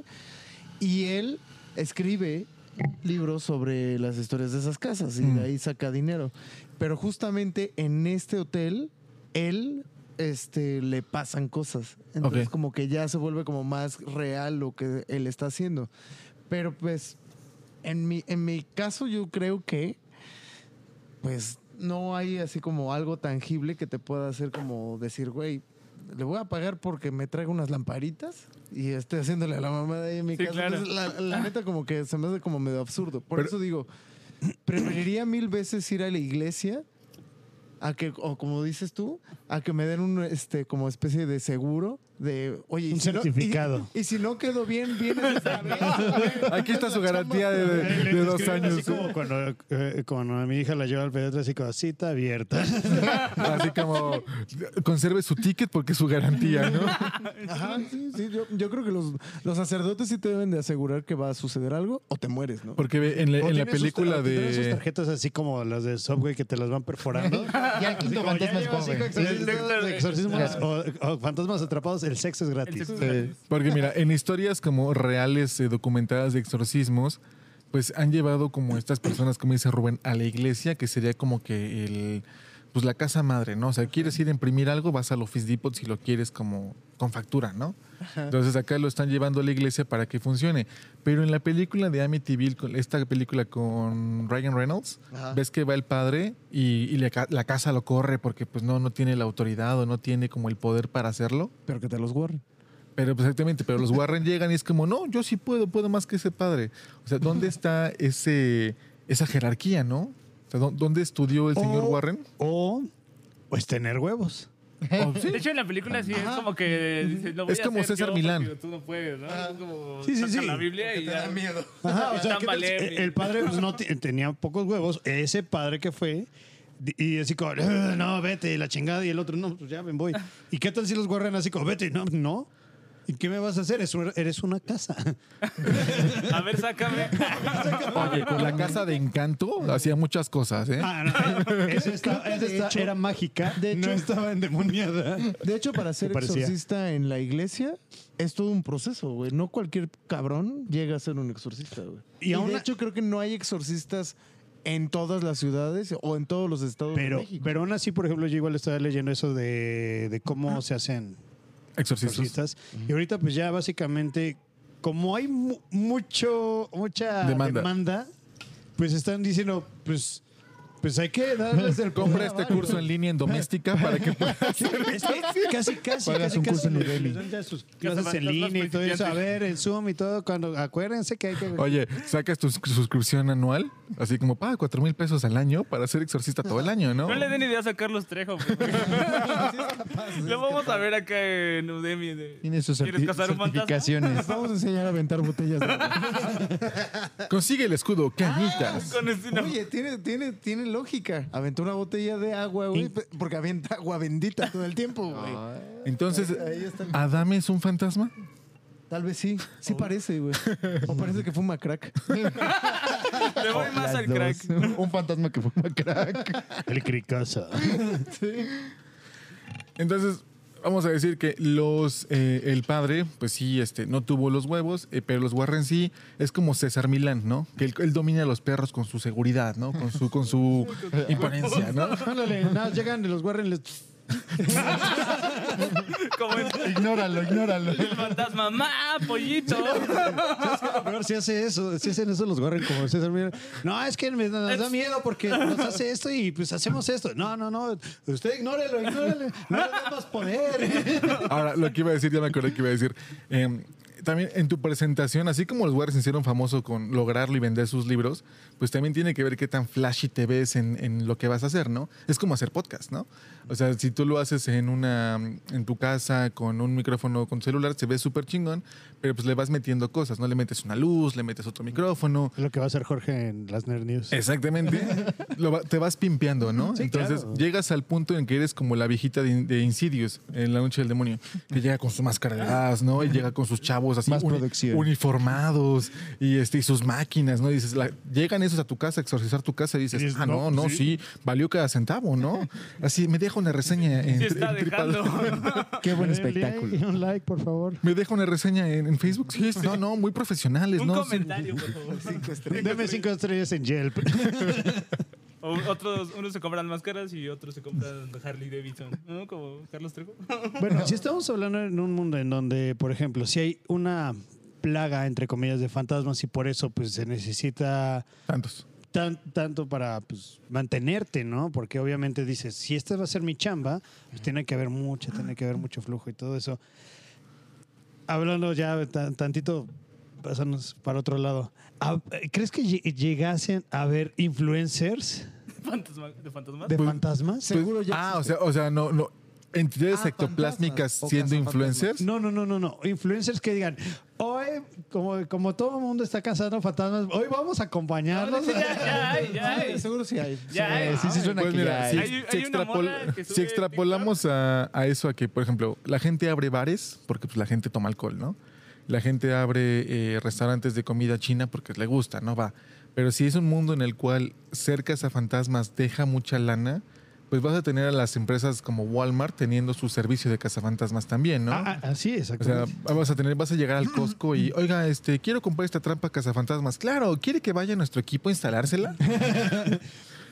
Y él escribe libros sobre las historias de esas casas y Mm. de ahí saca dinero. Pero justamente en este hotel, él este, le pasan cosas. Entonces Ok. como que ya se vuelve como más real lo que él está haciendo. Pero pues, en mi, en mi caso yo creo que pues no hay así como algo tangible que te pueda hacer como decir, güey, le voy a pagar porque me traiga unas lamparitas y esté haciéndole a la mamá de ahí en mi Sí, casa. claro. Entonces, la, la neta como que se me hace como medio absurdo. Por Pero- eso digo, preferiría mil veces ir a la iglesia a que, o como dices tú, a que me den un este como especie de seguro de, oye, y Un si no- y- certificado. y, si no quedo bien, vienes otra vez, güey. Aquí está su garantía de, de- de dos Escriben años. Así como cuando, eh, cuando a mi hija la lleva al pediatra, así como cita abierta. Así como conserve su ticket porque es su garantía, ¿no? Ajá, sí, sí. Yo, yo creo que los, los sacerdotes sí te deben de asegurar que va a suceder algo o te mueres, ¿no? Porque ve, en, la- O en la tienen sus- película o tienen sus de... tarjetas así como las de Subway que te las van perforando. Ya el quinto fantasma es joven. Exorcismos, exorcismos o, o fantasmas atrapados, el sexo es El gratis. sexo es Sí, gratis. porque mira, en historias como reales, eh, documentadas de exorcismos, pues han llevado como estas personas, como dice Rubén, a la iglesia, que sería como que el, pues la casa madre, ¿no? O sea, quieres ir a imprimir algo, vas al Office Depot si lo quieres como con factura, ¿no? Entonces acá lo están llevando a la iglesia para que funcione. Pero en la película de Amityville, con esta película con Ryan Reynolds, Ajá. ves que va el padre y, y la, ca- la casa lo corre porque pues no, no tiene la autoridad o no tiene como el poder para hacerlo. Pero que te los guarden. Pero pues, exactamente, pero los Warren llegan y es como, no, yo sí puedo, puedo más que ese padre. O sea, ¿dónde está ese, esa jerarquía, no? O sea, ¿dó- ¿dónde estudió el señor O- Warren? O, pues, tener huevos. Oh, sí. De hecho, en la película sí es como que dice, lo voy Es a como hacer César yo Milán. porque tú no puedes, ¿no? Es como Sí, sí, saca sí. la Biblia y ya. miedo. Ajá, o sea, Tan ¿qué tal si valer, el padre pues, no te- tenía pocos huevos, ese padre que fue, di- y así como, "Ah, no, vete, la chingada", y el otro, no, pues ya me voy. ¿Y qué tal si los Warren así como, vete? No, no. ¿Y qué me vas a hacer? Es un- eres una casa. A ver, sácame. Oye, con la casa de encanto hacía muchas cosas, ¿eh? Ah, no, esa, está- esa de está- hecho- era mágica, de no hecho- estaba endemoniada. De hecho, para ser parecía. exorcista en la iglesia es todo un proceso, güey. No cualquier cabrón llega a ser un exorcista, güey. Y Y, aún de a- hecho creo que no hay exorcistas en todas las ciudades o en todos los estados Pero, de México. pero aún así, por ejemplo, yo igual estaba leyendo eso de, de cómo se hacen Exorcistas. exorcistas. Y ahorita, pues ya básicamente, como hay mu- mucho, mucha Demanda. demanda. pues están diciendo, pues, pues hay que darles el Compra poder a este varios. curso en línea en doméstica para que puedas hacer. Es que casi, casi, Pagas casi, un casi curso en les- Udemy. les dan ya sus clases Cazafantasmas en línea y todo eso. A principiantes. ver, en Zoom y todo. Cuando acuérdense que hay que. Oye, sacas tu suscripción anual, así como paga cuatro mil pesos al año para ser exorcista todo el año, ¿no? No le den ideas a Carlos Trejo. porque- Lo vamos a ver acá en Udemy. de- Tiene sus ¿Quieres certi- cazar un fantasma? certificaciones. Vamos a enseñar a aventar botellas. de agua. Consigue el escudo, cañitas. Con este- no. Oye, tiene, tiene, tiene lógica. Aventó una botella de agua, güey, pe- porque avienta agua bendita todo el tiempo, güey. Entonces, Ahí está. ¿Adame es un fantasma? Tal vez sí. Sí parece, güey. O parece que fuma crack. Le voy más Las al dos. crack. Un fantasma que fuma crack. El cricasa. Entonces, vamos a decir que los eh, el padre, pues sí, este, no tuvo los huevos, eh, pero los Warren sí, es como César Milán, ¿no? Que él, él domina a los perros con su seguridad, ¿no? Con su, con su imponencia, ¿no? Ándale, nada, llegan y los Warren les. Como en Ignóralo, ignóralo. el fantasma. ¡Ma, pollito! A ver si hace eso, si hacen eso los Warren como César Mira. No, es que me- nos da miedo porque nos hace esto y pues hacemos esto. No, no, no. Usted ignórelo, ignórelo. No le demos poder. Ahora, lo que iba a decir, ya me acordé que iba a decir. Eh, también en tu presentación, así como los Warren se hicieron famosos con lograrlo y vender sus libros, pues también tiene que ver qué tan flashy te ves en, en lo que vas a hacer, ¿no? Es como hacer podcast, ¿no? O sea, si tú lo haces en una en tu casa con un micrófono con celular, se ve súper chingón, pero pues le vas metiendo cosas, ¿no? Le metes una luz, le metes otro micrófono. Es lo que va a hacer Jorge en las Nerd News. Exactamente. Lo va- te vas pimpeando, ¿no? Sí, Entonces claro. llegas al punto en que eres como la viejita de, de Insidious en La Noche del Demonio, que llega con su máscara de gas, ¿no? Y llega con sus chavos así Más producción. uniformados y, este, y sus máquinas, ¿no? Y dices, la- llegan esos a tu casa, a exorcizar tu casa y dices, Y dices, ah, no, no, no, sí. sí, valió cada centavo, ¿no? Así, me deja una reseña en, Sí está en Tripad- dejando. Qué buen Denle espectáculo. like, un like, por favor. Me deja una reseña en, en Facebook. Sí, sí, no, no, muy profesionales, Un ¿no? comentario, por favor. Deme cinco estrellas en Yelp. O otros, unos se compran máscaras y otros se compran Harley Davidson, ¿no? Como Carlos Trejo. Bueno, si estamos hablando en un mundo en donde, por ejemplo, si hay una plaga, entre comillas, de fantasmas y por eso pues se necesita Tantos. tan- tanto para pues, mantenerte, ¿no? Porque obviamente dices, si esta va a ser mi chamba, pues tiene que haber mucho, tiene que haber mucho flujo y todo eso. Hablando ya tan- tantito, pasarnos para otro lado. Ah, ¿Crees que lle- llegasen a haber influencers Fantasma, ¿De fantasmas? de Pues- fantasmas? Seguro ya. Ah, o sea, o sea, no, no. Entidades Ah, ectoplásmicas fantasmas o siendo cazafantasmas. influencers. No, no, no, no, no. Influencers que digan, hoy, como, como todo el mundo está cazando fantasmas, hoy vamos a acompañarlos. Ya, ya hay, ya Sí, hay. seguro sí hay. Ya hay. Eh, sí, sí suena Pues que mira, ya si, hay. Hay- si hay una extrapol- mona que si sube extrapolamos a, a eso, a que, por ejemplo, la gente abre bares porque pues, la gente toma alcohol, ¿no? La gente abre eh, restaurantes de comida china porque le gusta, ¿no? Va. Pero si es un mundo en el cual cercas a fantasmas deja mucha lana, pues vas a tener a las empresas como Walmart teniendo su servicio de cazafantasmas también, ¿no? Ah, ah, sí, O sea, exactamente. vas a tener, vas a llegar al Costco y, oiga, este, quiero comprar esta trampa cazafantasmas. Claro, ¿quiere que vaya nuestro equipo a instalársela?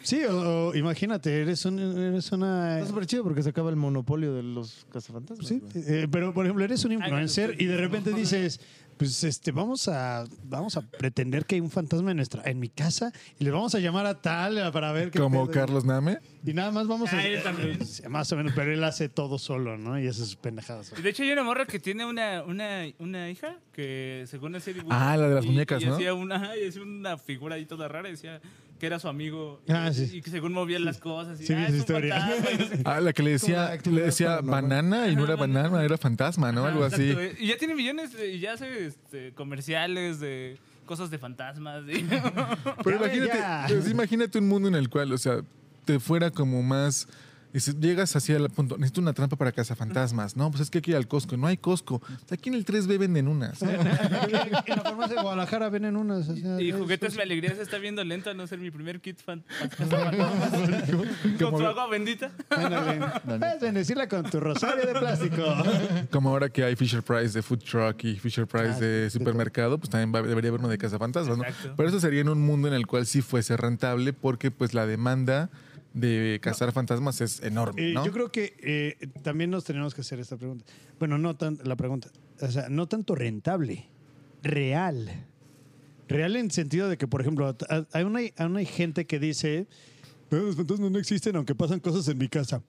Sí, o, o imagínate, eres, un, eres una... Está súper chido porque se acaba el monopolio de los cazafantasmas. Sí, güey. eh, pero por ejemplo, eres un Ay, no, influencer no, y de no, repente no. dices, pues este, vamos a, vamos a pretender que hay un fantasma en nuestra, en mi casa y le vamos a llamar a tal para ver qué Como pedo. Carlos Name. Y nada más vamos a... Ah, él también. Más o menos, pero él hace todo solo, ¿no? Y esas pendejadas. De hecho, hay una morra que tiene una, una, una hija que, según hacía dibujos. Ah, la de las y- muñecas, y ¿no? Hacía una, ajá, y hacía una figura ahí toda rara. Decía que era su amigo. Ah, y, sí. y que según movían las cosas. Y, Sí, vi ah, esa es un historia. fantasma, y no sé qué. Ah, la que le Como decía, la actividad le decía paranormal. banana y no era Ajá, banana, era fantasma, ¿no? Algo Ajá, así. exacto, eh. Y ya tiene millones de- y ya hace este, comerciales de cosas de fantasmas. y- Pero Ya ve, imagínate, ya. pues, imagínate un mundo en el cual, o sea, te fuera como más. dices, llegas así al punto, necesito una trampa para cazafantasmas. No, pues es que aquí al Costco. No hay Costco. O sea, aquí en el tres B venden unas. En la farmacia de Guadalajara venden unas. O sea, Y es- Juguetes Mi Alegría se está viendo lento a no ser mi primer kit fan. fantasmas. Con su agua bendita. Ándale. Puedes bendecirla con tu rosario de plástico. Como ahora que hay Fisher Price de Food Truck y Fisher Price de supermercado, pues también va- debería haber uno de cazafantasmas, ¿no? Exacto. Pero eso sería en un mundo en el cual sí fuese rentable porque pues la demanda de cazar fantasmas es enorme, Eh, ¿no? Yo creo que eh, también nos tenemos que hacer esta pregunta. Bueno, no tan la pregunta. O sea, no tanto rentable, real. Real en sentido de que, por ejemplo, a- hay una, hay una gente que dice, "Pero los fantasmas no existen aunque pasan cosas en mi casa.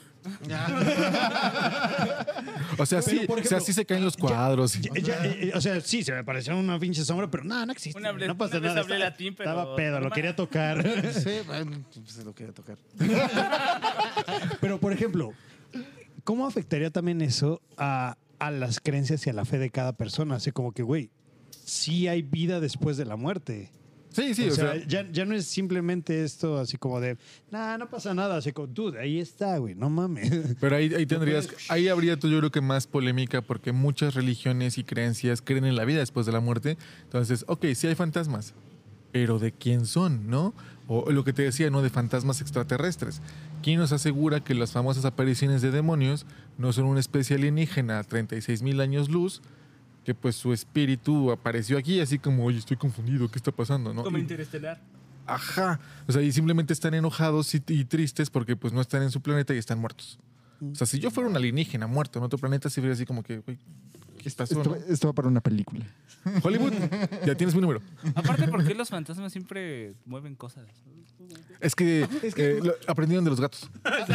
O sea, sí, por o sea, ejemplo, sí se caen los cuadros. Ya- ya, eh, o sea, sí, se me pareció una pinche sombra, pero no, no existe. Una vez- no pasa una vez nada. hablé Estaba, latín, pero estaba pedo, lo normal. quería tocar. Sí, bueno, pues se lo quería tocar. Pero, por ejemplo, ¿cómo afectaría también eso a, a las creencias y a la fe de cada persona? Así como que, güey, sí hay vida después de la muerte. Sí, sí, o, o sea, sea, ya, ya no es simplemente esto así como de, nah, no pasa nada. Así como, dude, ahí está, güey, no mames. pero ahí, ahí tendrías, ahí habría tú, yo creo que más polémica porque muchas religiones y creencias creen en la vida después de la muerte. Entonces, ok, sí hay fantasmas, pero ¿de quién son, no? O lo que te decía, ¿no? De fantasmas extraterrestres. ¿Quién nos asegura que las famosas apariciones de demonios no son una especie alienígena a treinta y seis mil años luz? Que pues su espíritu apareció aquí así como, oye, estoy confundido, ¿qué está pasando? ¿no? Como Y- Interestelar. Ajá. O sea, y simplemente están enojados y, y tristes porque pues no están en su planeta y están muertos. O sea, si yo fuera un alienígena muerto en otro planeta, sí sería así como que, güey, ¿qué pasó? Esto, no? esto va para una película. Hollywood, ya tienes mi número. Aparte, ¿por qué los fantasmas siempre mueven cosas? Es que, Es que- eh, lo- aprendieron de los gatos.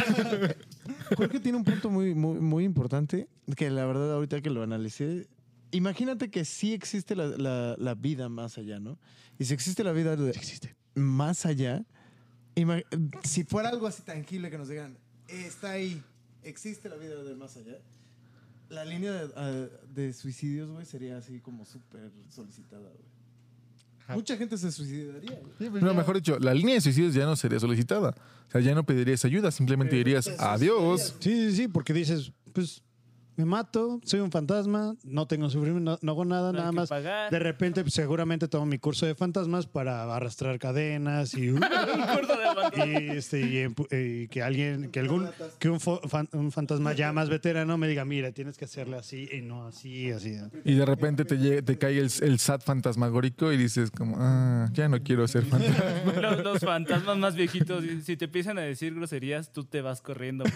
Creo que tiene un punto muy, muy, muy importante que la verdad ahorita que lo analicé, imagínate que sí existe la, la- la vida más allá, ¿no? Y si existe la vida de- más allá, ima- si fuera algo así tangible que nos digan, está ahí, existe la vida de más allá, la línea de, ah, de suicidios, güey, sería así como súper solicitada, güey. Mucha gente se suicidaría, güey. No, mejor dicho, la línea de suicidios ya no sería solicitada. O sea, ya no pedirías ayuda, simplemente dirías adiós. Sí, sí, sí, porque dices, pues me mato, soy un fantasma, no tengo sufrimiento, no, no hago nada, No hay nada que más. pagar. De repente, pues, seguramente tomo mi curso de fantasmas para arrastrar cadenas y, Un curso de fantasmas. y, este, y, empu- y que alguien, que algún, que un, fo- fan- un fantasma ya más veterano me diga, mira, tienes que hacerle así y no así, así. Y de repente te, lle- te cae el, el S A T fantasmagórico y dices como, ah, ya no quiero ser fantasma. Los, los fantasmas más viejitos, y si te empiezan a decir groserías, tú te vas corriendo.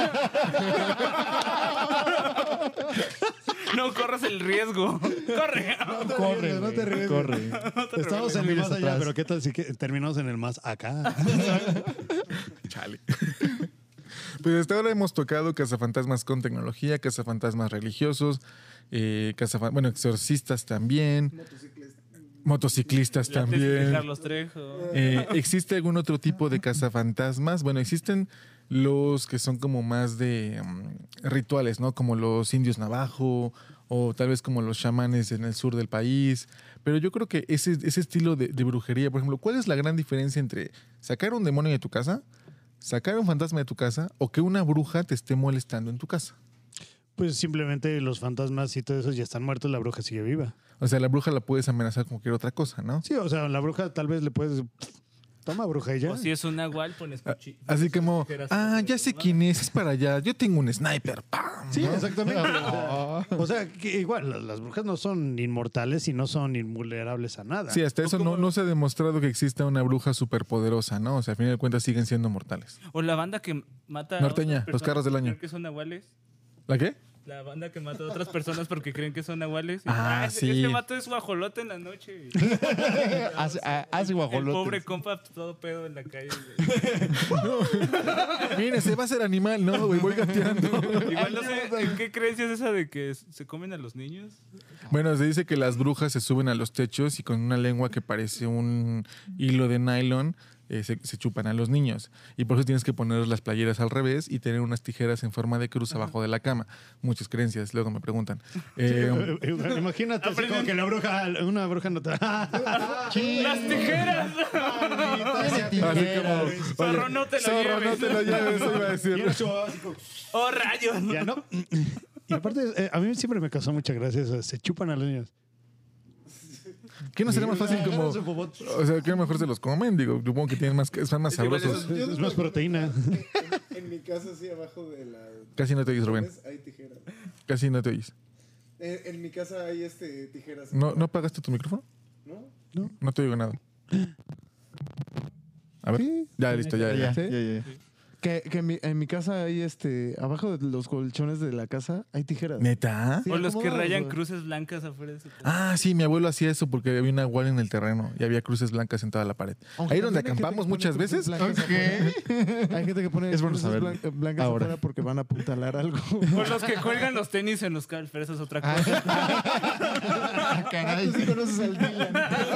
No corras el riesgo. Corre. Corre, no te ríes. Corre. Estamos en el mires más allá, atrás. pero ¿qué tal si que terminamos en el más acá? Chale. Pues hasta ahora hemos tocado cazafantasmas con tecnología, cazafantasmas religiosos, eh, cazafan- bueno, exorcistas también, motociclistas La tesis de también. Carlos Trejo. Eh, ¿Existe algún otro tipo de cazafantasmas? Bueno, existen los que son como más de mm, rituales, ¿no? Como los indios navajo o tal vez como los chamanes en el sur del país. Pero yo creo que ese, ese estilo de, de brujería, por ejemplo, ¿cuál es la gran diferencia entre sacar un demonio de tu casa, sacar un fantasma de tu casa o que una bruja te esté molestando en tu casa? Pues simplemente los fantasmas y todo eso ya están muertos, la bruja sigue viva. O sea, la bruja la puedes amenazar con cualquier otra cosa, ¿no? Sí, o sea, la bruja tal vez le puedes... Toma, bruja, y ya. O si es un nahual, pones cuchillo. Así como, tijeras. ah, ya sé quién es, es para allá, yo tengo un sniper, ¡pam! Sí, exactamente. O sea, o sea, que igual, las, las brujas no son inmortales y no son invulnerables a nada. Sí, hasta eso no, no se ha demostrado que exista una bruja superpoderosa, ¿no? O sea, al final de cuentas siguen siendo mortales. O la banda que mata a Norteña, otras los carros del personas año. porque creen que son nahuales. ¿La qué? La banda que mata a otras personas porque creen que son nahuales. Y, Ah, ese- sí. Ese vato es guajolote en la noche. Hace, a- hace El guajolotes. pobre compa todo pedo en la calle. Mire, se va a hacer animal, ¿no, güey? Voy gateando. Igual no sé, ¿en qué creencia es esa de que se comen a los niños? Bueno, se dice que las brujas se suben a los techos y con una lengua que parece un hilo de nylon eh, se, se chupan a los niños. Y por eso tienes que poner las playeras al revés y tener unas tijeras en forma de cruz abajo de la cama. Muchas creencias, luego me preguntan. Eh, Eh, eh, Imagínate así como que la bruja, una bruja no te... ¡Las tijeras! así como, Zorro, no te lo zorro, no lleves. te lo lleves, eso iba a decir. Y eso, así como, ¡Oh, rayos! ya no. Y aparte, eh, a mí siempre me causó mucha gracia eso. Se chupan a los niños. ¿Qué no sería más fácil como... Agarran su popot. O sea, que mejor se los comen? Digo, supongo que tienen más, están más Es igual, sabrosos. Es, es más proteína. En, en mi casa, sí, abajo de la. Casi no te oyes, Rubén. Hay tijeras. Casi no te oyes. En, en mi casa hay este tijeras. ¿No, ¿no apagaste tu micrófono? ¿No? No te oigo nada. A ver. Ya, listo, ya, ya. Ya, ¿Sí? ya, ya. Que, que en, mi, en mi casa hay este. Abajo de los colchones de la casa hay tijeras. ¿Neta? Sí, O los que acomodados, rayan güey. cruces blancas afuera de su casa. Ah, sí, mi abuelo hacía eso porque había una wall en el terreno y había cruces blancas en toda la pared. Aunque Ahí donde también hay gente acampamos que pone muchas cruces veces. blancas afuera. Hay gente que pone Es bueno cruces saberlo. blan- blancas Ahora. afuera porque van a apuntalar algo. O los que cuelgan los tenis en los calfers, pero eso es otra cosa. Ah, caray. Tú sí conoces al Dylan.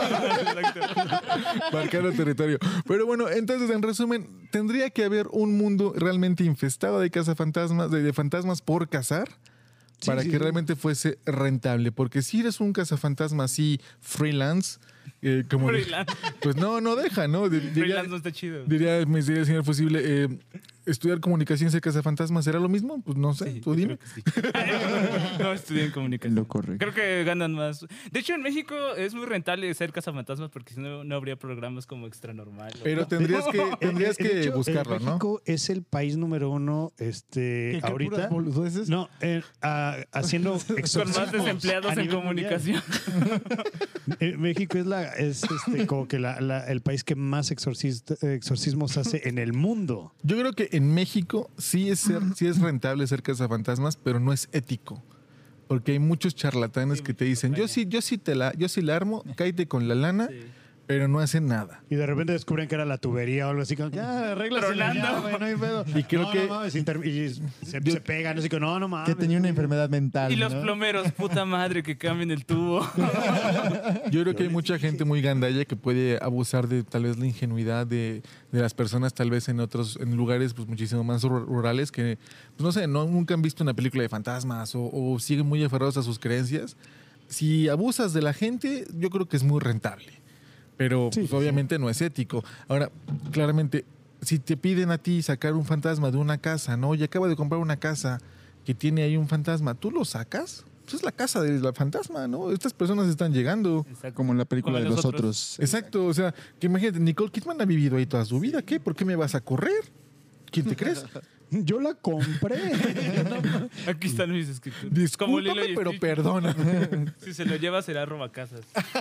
Marcando territorio. Pero bueno, entonces, en resumen, tendría que haber un mundo realmente infestado de cazafantasmas, de, de fantasmas por cazar, Sí, para sí, que sí. realmente fuese rentable. Porque si eres un cazafantasma así, freelance, eh, como Freelance. pues no, no deja, ¿no? Di- Diría, Freelance no está chido. diría, me diría el señor Fusible, eh, ¿estudiar comunicación ser cazafantasmas será lo mismo? Pues no sé, Sí, tú dime. creo que sí. No estudié en comunicación. Lo correcto. Creo que ganan más. De hecho, en México es muy rentable ser cazafantasmas porque si no, no habría programas como Extra Normal. o- Pero tendrías que, tendrías De que hecho, buscarlo, eh, ¿no? México es el país número uno este, ¿Qué, qué ahorita. puras boludeces? No, eh, ah, haciendo Con exorcismos más desempleados a en nivel comunicación. mundial. Eh, México es, la, es este, como que la- la- el país que más exorcist- exorcismos hace en el mundo. Yo creo que en México sí es, ser, sí es rentable ser cazafantasmas, pero no es ético. Porque hay muchos charlatanes Sí, que te dicen, yo sí, yo sí te la, yo sí la armo, cállate con la lana, Sí. pero no hacen nada. Y de repente descubren que era la tubería o algo así, como que, ah, arreglas Tronando. no hay pedo. Y creo no, que- no mames, inter- y se, se pegan, así que no, no mames. Que tenía una enfermedad mental. Y los ¿no? plomeros, puta madre, que cambien el tubo. Yo creo que hay mucha gente muy gandalla que puede abusar de tal vez la ingenuidad de, de las personas, tal vez en otros en lugares pues muchísimo más ru- rurales que, pues no sé, no, nunca han visto una película de fantasmas o, o siguen muy aferrados a sus creencias. Si abusas de la gente, yo creo que es muy rentable. Pero Sí, pues, sí. obviamente no es ético. Ahora, claramente, si te piden a ti sacar un fantasma de una casa, ¿no? Y acabo de comprar una casa que tiene ahí un fantasma, ¿tú lo sacas? Pues es la casa del fantasma, ¿no? Estas personas están llegando. Exacto. Como en la película Como de los los otros. otros. Exacto, o sea, que imagínate, Nicole Kidman ha vivido ahí toda su vida, ¿qué? ¿Por qué me vas a correr? ¿Quién te crees? Yo la compré. Aquí están mis escrituras. Como Discúlpame, Lilo y pero Stitch. perdóname. Si se lo lleva será robacasas.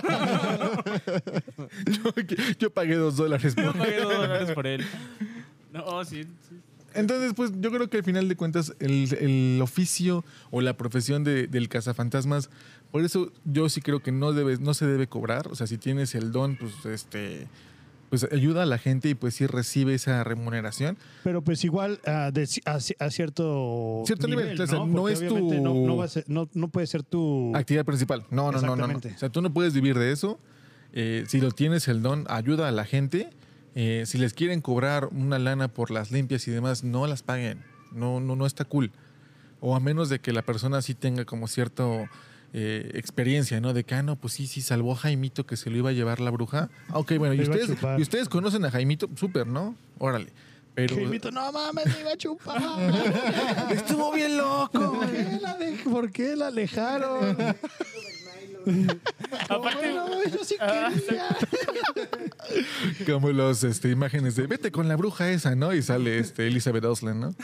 yo, yo pagué dos dólares Yo por pagué dos dólares por él. No, sí, sí. Entonces, pues yo creo que al final de cuentas el, el oficio o la profesión de- del cazafantasmas, por eso yo sí creo que no debe, no se debe cobrar. O sea, si tienes el don, pues este, pues ayuda a la gente y pues sí recibe esa remuneración. Pero pues igual ah, de ci- a, ci- a cierto, Cierto nivel, o sea, no Porque es tu- obviamente no, no, va a ser- no- no puede ser tu... Actividad principal. No, no, no, no, no. Exactamente. O sea, tú no puedes vivir de eso. Eh, si lo tienes el don, ayuda a la gente. Eh, si les quieren cobrar una lana por las limpias y demás, no las paguen. No, no, no está cool. O a menos de que la persona sí tenga como cierto eh, experiencia, ¿no? De que, ah, no, pues sí, sí, salvó a Jaimito que se lo iba a llevar la bruja. Ah, ok, bueno, y Le iba a ustedes, chupar. y ustedes conocen a Jaimito, súper, ¿no? Órale. Pero Jaimito, no mames, me iba a chupar. estuvo bien loco. ¿Por qué la, de- ¿Por qué la alejaron? Aparte, No, yo sí quería. Como los este, imágenes de vete con la bruja esa, ¿no? Y sale este, Elizabeth Olsen, ¿no?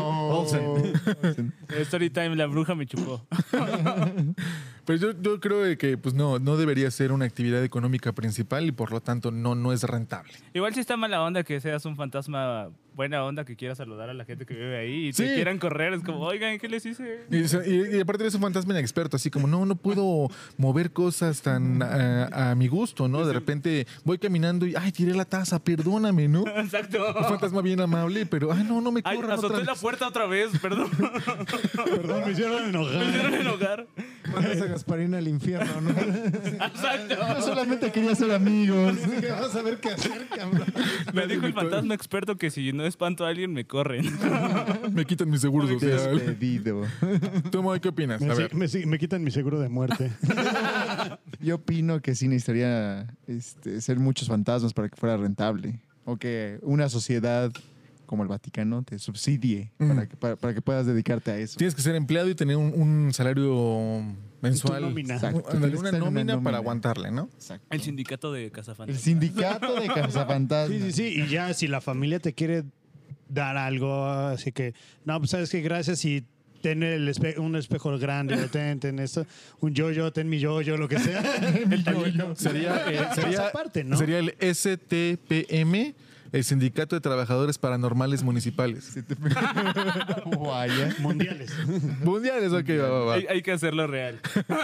Story time, la bruja me chupó. Pero yo, yo creo que pues no, no debería ser una actividad económica principal y por lo tanto no, no es rentable. Igual si está mala onda que seas un fantasma buena onda que quiera saludar a la gente que vive ahí y te Sí. quieran correr. Es como, oigan, ¿qué les hice? Y, y- y aparte eres un fantasma inexperto, así como, no, no puedo mover cosas tan a, a mi gusto, ¿no? De repente voy caminando y, ay, tiré la taza, perdóname, ¿no? Exacto. Un fantasma bien amable, pero, ay, no, no me Ay, corran otra azoté vez. la puerta otra vez, perdón. Perdón, me hicieron Me hicieron enojar. enojar. Mandas a Gasparina al infierno, ¿no? Exacto. Yo solamente quería ser amigos. Así que vas a ver qué hacer, cabrón. Me dijo el fantasma experto que si no espanto a alguien, me corren. Me quitan mi seguro social. Despedido. ¿Tú, Moy, qué opinas? Me, A si- ver. me si- me quitan mi seguro de muerte. Yo opino que sí necesitaría este, ser muchos fantasmas para que fuera rentable. O que una sociedad como el Vaticano te subsidie Mm. para, que, para, para que puedas dedicarte a eso. Tienes que ser empleado y tener un, un salario mensual. Tu nómina. Exacto. Un- ándale, Tienes que una estar en una nómina para nómina. aguantarle, ¿no? Exacto. El sindicato de Cazafantasmas. El sindicato de cazafantasmas. Sí, sí, sí. Y ya si la familia te quiere dar algo, así que, no, pues sabes que gracias y ten el espe- un espejo grande, o ten, ten esto, un yo-yo, ten mi yo-yo, lo que sea. Sería, eh, sería, Esa parte, ¿no? sería el S T P M, el Sindicato de Trabajadores Paranormales Municipales. Guaya. Mundiales. Mundiales, ok, va, va, va. Hay, hay que hacerlo real.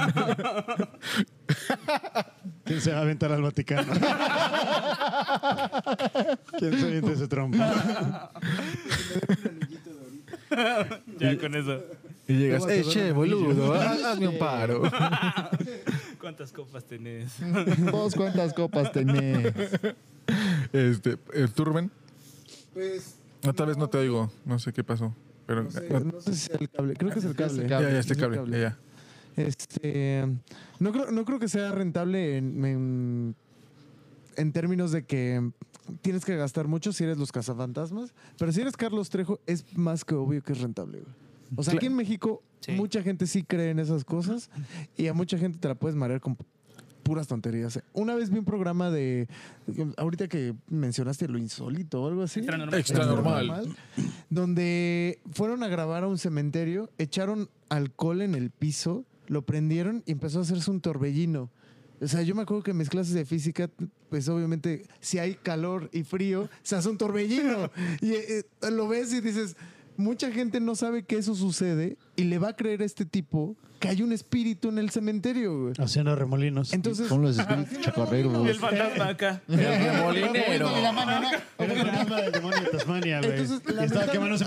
¿Quién se va a aventar al Vaticano? ¿Quién se avienta ese trompo? Ya con eso. Y llegas, Te vas a eh, dar che, un boludo, haz- hazme un paro. ¿Cuántas copas tenés? ¿Vos cuántas copas tenés? Este, eh, ¿tú, Rubén? Pues. No, tal vez no te oigo, no sé qué pasó. Pero No sé, no- no sé si sea el cable. Creo que es el cable. ya, ya, este Es el cable, ya, ya. Este, no creo, no creo que sea rentable en, en, en términos de que tienes que gastar mucho si eres los cazafantasmas, pero si eres Carlos Trejo es más que obvio que es rentable, güey. O sea, aquí en México Sí. mucha gente sí cree en esas cosas y a mucha gente te la puedes marear con puras tonterías. Una vez vi un programa de, ahorita que mencionaste lo insólito o algo así. Extra normal. Extra normal. Donde fueron a grabar a un cementerio, echaron alcohol en el piso, lo prendieron y empezó a hacerse un torbellino. O sea, yo me acuerdo que en mis clases de física, pues obviamente, si hay calor y frío, se hace un torbellino. Y eh, lo ves y dices, mucha gente no sabe que eso sucede y le va a creer a este tipo que hay un espíritu en el cementerio, güey. Haciendo remolinos. Entonces, Son los espíritus chacorreros. Y el fantasma acá. El remolinero. Era el fantasma del demonio de Tasmania, güey. Entonces, Y estaba lamentable- quemándose.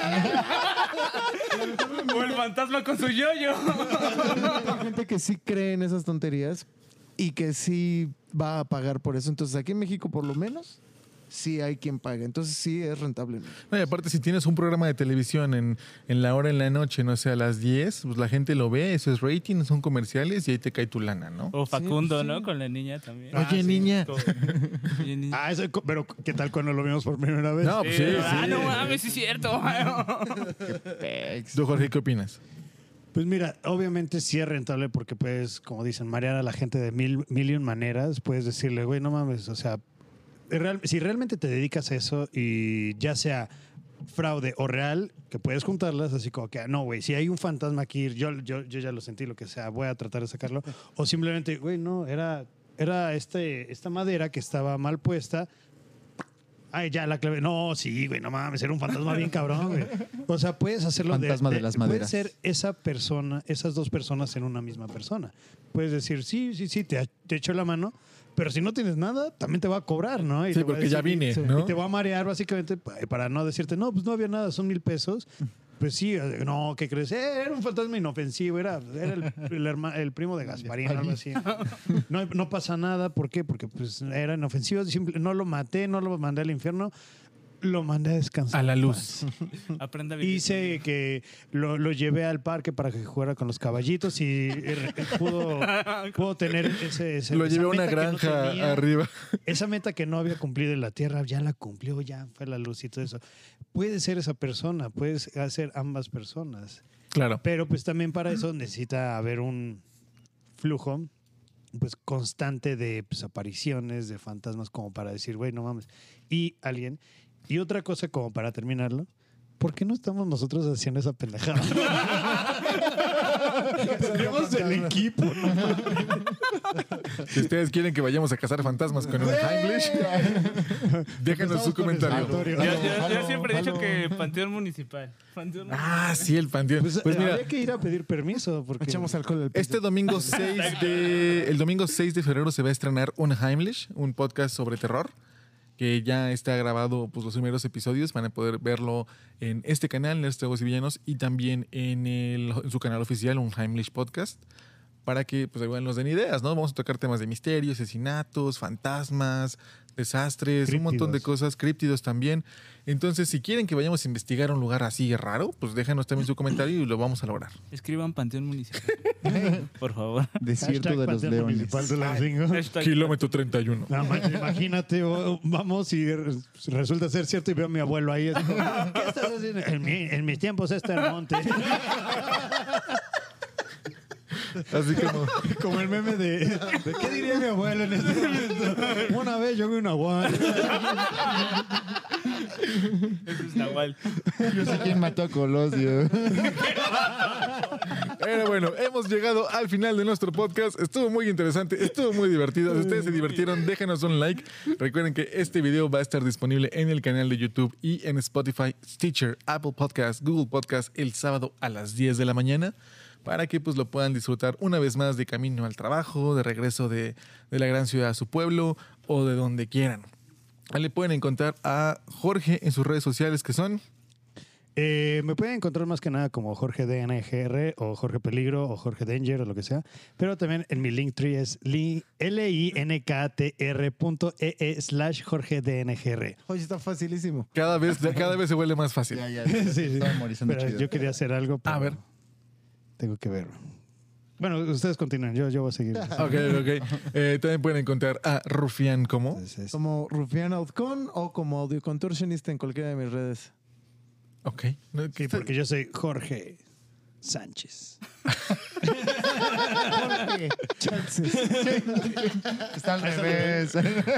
O el fantasma con su yoyo. hay gente que sí cree en esas tonterías y que sí va a pagar por eso. Entonces, aquí en México, por lo menos, sí hay quien pague. Entonces, sí es rentable. No, y aparte, si tienes un programa de televisión en, en la hora en la noche, no sé, a las diez, pues la gente lo ve, eso es rating, son comerciales y ahí te cae tu lana, ¿no? O Facundo, Sí, sí. ¿no? Con la niña también. Oye, niña. Como- Oye, niña. Ah, eso, pero ¿qué tal cuando lo vimos por primera vez? No, pues sí, ah, sí. no mames, sí es cierto. ¿Tú, Jorge, qué opinas? Pues mira, obviamente sí es rentable porque puedes, como dicen, marear a la gente de mil, mil y un maneras. Puedes decirle, güey, no mames, o sea, real- si realmente te dedicas a eso y ya sea fraude o real, que puedes juntarlas así como que, no, güey, si hay un fantasma aquí, yo, yo, yo ya lo sentí, lo que sea, voy a tratar de sacarlo. O simplemente, güey, no, era, era este, esta madera que estaba mal puesta. Ay, ya la clave. No, sí, güey, no mames, era un fantasma bien cabrón, güey. O sea, puedes hacerlo de- Fantasma de de, las puede maderas. ser esa persona, esas dos personas en una misma persona. Puedes decir, sí, sí, sí, te, te echo la mano, pero si no tienes nada, también te va a cobrar, ¿no? Y Sí, te va a porque ya vine, sí, ¿no? Y te va a marear básicamente pa- para no decirte, no, pues no había nada, son mil pesos. Pues sí, eh, no, ¿qué crees? Eh, era un fantasma inofensivo, era, era el, el, herma- el primo de Gasparín, algo así. No, no pasa nada, ¿por qué? Porque pues era inofensivo, simple- no lo maté, no lo mandé al infierno, lo mandé a descansar. A la luz. Aprende a vivir. Hice que lo, lo llevé al parque para que jugara con los caballitos y eh, pudo, pudo tener ese, ese Lo esa llevé a una meta que no granja tenía. arriba. Esa meta que no había cumplido en la tierra, ya la cumplió, ya fue la luz y todo eso. Puede ser esa persona, puedes hacer ambas personas. Claro. Pero pues también para eso necesita haber un flujo pues constante de pues, apariciones de fantasmas como para decir, güey, no mames. Y alguien. Y otra cosa como para terminarlo, ¿por qué no estamos nosotros haciendo esa pendejada? Tenemos el equipo, ¿no? Si ustedes quieren que vayamos a cazar fantasmas con un Heimlich, déjenos su comentario. Yo, yo- yo siempre he dicho que Panteón Municipal. Panteón Ah, sí, el panteón. Pues, Pues mira, habría que ir a pedir permiso porque Echamos alcohol del este domingo seis de, el domingo seis de febrero se va a estrenar un Heimlich, un podcast sobre terror, que ya está grabado pues, los primeros episodios. Van a poder verlo en este canal, Nerds, Tragos y Villanos, y también en, el, en su canal oficial, un Heimlich Podcast, para que pues, igual nos den ideas, ¿no? Vamos a tocar temas de misterio, asesinatos, fantasmas, desastres, un montón de Críptidos. cosas, críptidos también. Entonces, si quieren que vayamos a investigar un lugar así raro, pues déjanos también su comentario y lo vamos a lograr. Escriban Panteón Municipal. Por favor. Desierto Hashtag de los Panteón Leones. Municipal de Lancingo. Hashtag- Kilómetro treinta y uno. No, man, imagínate, o- vamos y re- resulta ser cierto y veo a mi abuelo ahí. así como, ¿qué estás haciendo? En, mi- en mis tiempos este era el monte. Así como... Como el meme de, de ¿qué diría mi abuelo en este momento? Una vez yo vi una guay. Ese es Nahual. Yo sé quién mató a Colosio. Pero bueno, hemos llegado al final de nuestro podcast. Estuvo muy interesante, estuvo muy divertido. Si ustedes se divirtieron, déjenos un like. Recuerden que este video va a estar disponible en el canal de YouTube y en Spotify, Stitcher, Apple Podcast, Google Podcast el sábado a las diez de la mañana, para que pues lo puedan disfrutar una vez más de camino al trabajo, de regreso de, de la gran ciudad a su pueblo o de donde quieran. Ahí le pueden encontrar a Jorge en sus redes sociales, que son... Eh, me pueden encontrar más que nada como Jorge D N G R o Jorge Peligro o Jorge Danger o lo que sea. Pero también en mi Linktree es li- linktr.ee slash Jorge D N G R. Oye, está facilísimo. Cada vez, cada vez se vuelve más fácil. Ya, ya. Sí, sí. Estaba memorizando Pero chido. yo quería hacer algo, pero A ver. tengo que verlo. Bueno, ustedes continúen, yo, yo voy a seguir. Ok, ok. Eh, también pueden encontrar a Rufián como... Entonces, es- Como Rufián Outcon o como Audio Contortionista en cualquiera de mis redes. Ok. No, Sí, porque yo soy Jorge Sánchez. Chances. Está al revés.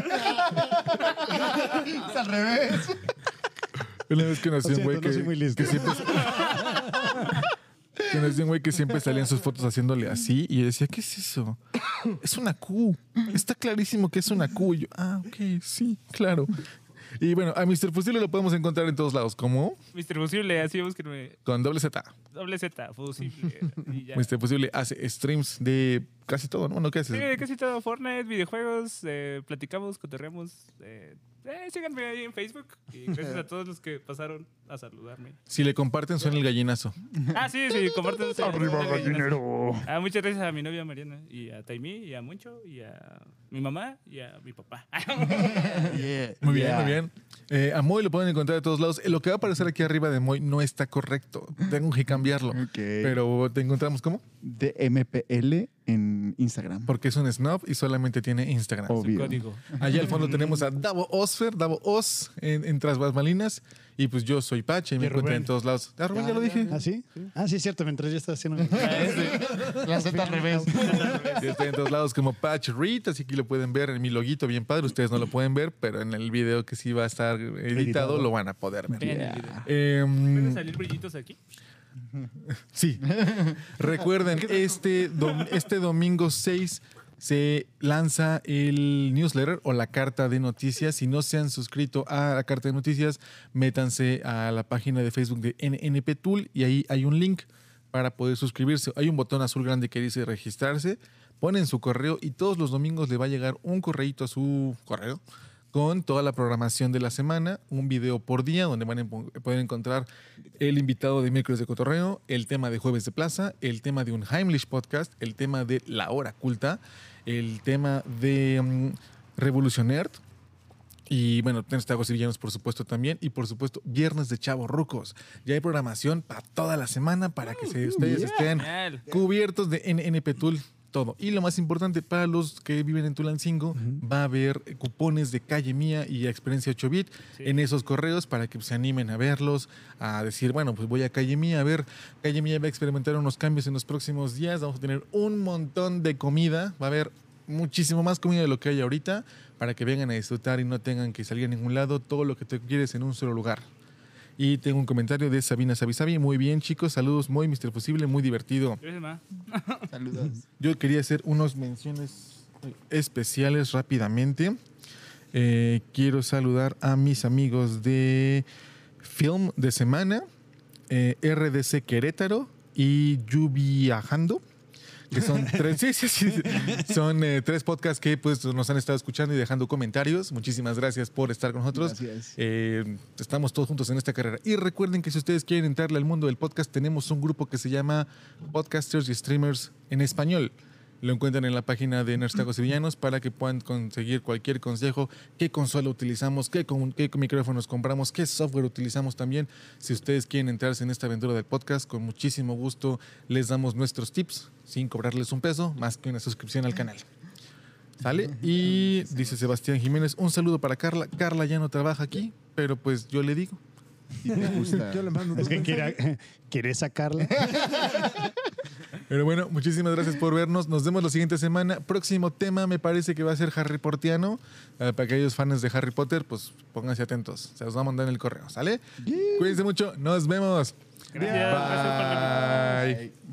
Está al revés. Una vez conocí Lo a un güey siento, no que, soy muy listo. que siempre... Conocí a un güey que siempre salía en sus fotos haciéndole así y yo decía, ¿qué es eso? Es una Q. Está clarísimo que es una Q. Y yo, ah, ok, sí, claro. Y bueno, a mister Fusible lo podemos encontrar en todos lados, como mister Fusible, así búsquenme. con doble Z. Doble Z, Fusible. Y ya. mister Fusible hace streams de casi todo, ¿no? ¿No qué haces? Sí, casi todo. Fortnite, videojuegos, eh, platicamos, cotorreamos. Eh, eh, síganme ahí en Facebook. Y gracias a todos los que pasaron a saludarme. Si le comparten, suena el gallinazo. Ah, sí, sí, comparten. Arriba, gallinero. Ah, muchas gracias a mi novia Mariana, y a Taimí, y a Moncho, y a mi mamá, y a mi papá. Yeah. Muy bien, Yeah. muy bien. Eh, a Moy lo pueden encontrar de todos lados. Eh, Lo que va a aparecer aquí arriba de Moy no está correcto. Tengo que cambiarlo. Ok. Pero te encontramos ¿cómo? D M P L en Instagram. Porque es un snob y solamente tiene Instagram. Obvio. Código. Allá al fondo tenemos a Davo Osfer, Davo Os en, en Tras Bambalinas. Y pues yo soy Pache y me Y encuentran Rubén. en todos lados. Ah, Rubén, ya lo dije. ¿Ah, sí? Ah, sí, es cierto, mientras yo estaba haciendo... La Z al revés. Yo estoy en todos lados como Patch Reed, así que lo pueden ver en mi loguito bien padre. Ustedes no lo pueden ver, pero en el video que sí va a estar editado, Editado. lo van a poder ver. Vean el video. Em, ¿Pueden salir brillitos aquí? Sí. Recuerden, este, dom- este domingo seis se lanza el newsletter o la carta de noticias. Si no se han suscrito a la carta de noticias, métanse a la página de Facebook de N N P Tool y ahí hay un link para poder suscribirse. Hay un botón azul grande que dice registrarse. Ponen su correo y todos los domingos le va a llegar un correíto a su correo con toda la programación de la semana, un video por día donde van a empo- poder encontrar el invitado de miércoles de cotorreo, el tema de jueves de plaza, el tema de un Heimlich podcast, el tema de la hora culta, el tema de um, Revolution Nerd y bueno, tenemos Tragos y Villanos por supuesto también y por supuesto Viernes de Chavos Rucos. Ya hay programación para toda la semana para que se, ustedes estén Genial. cubiertos de N N P Tool. Todo. Y lo más importante, para los que viven en Tulancingo, va a haber cupones de Calle Mía y Experiencia ocho bit Sí. en esos correos para que se animen a verlos, a decir, bueno, pues voy a Calle Mía a ver. Calle Mía va a experimentar unos cambios en los próximos días. Vamos a tener un montón de comida. Va a haber muchísimo más comida de lo que hay ahorita para que vengan a disfrutar y no tengan que salir a ningún lado. Todo lo que te quieres en un solo lugar. Y tengo un comentario de Sabina Sabisabi. Muy bien, chicos. Saludos, muy mister Fusible, muy divertido. Gracias, ma. Saludos. Yo quería hacer unas menciones especiales rápidamente. Eh, quiero saludar a mis amigos de Film de Semana, eh, R D C Querétaro y Yuviajando, que son tres, sí, sí, sí, son eh, tres podcasts que pues nos han estado escuchando y dejando comentarios. Muchísimas gracias por estar con nosotros. Gracias. Eh, estamos todos juntos en esta carrera. Y recuerden que si ustedes quieren entrarle al mundo del podcast, tenemos un grupo que se llama Podcasters y Streamers en Español. Lo encuentran en la página de Nerds, Tacos y Villanos para que puedan conseguir cualquier consejo, qué consola utilizamos, qué, con- qué micrófonos compramos, qué software utilizamos también. Si ustedes quieren entrarse en esta aventura del podcast, con muchísimo gusto les damos nuestros tips sin cobrarles un peso, más que una suscripción al canal. ¿Sale? Y dice Sebastián Jiménez, un saludo para Carla. Carla ya no trabaja aquí, pero pues yo le digo. ¿Y te gusta? Yo le mando Es dos que mensajes. quiere, quiere sacarla. Pero bueno, muchísimas gracias por vernos. Nos vemos la siguiente semana. Próximo tema me parece que va a ser Harry Pottiano. Eh, para aquellos fans de Harry Potter, pues pónganse atentos. Se los va a mandar en el correo, ¿sale? Cuídense mucho. Nos vemos. Gracias. Gracias por la- Bye.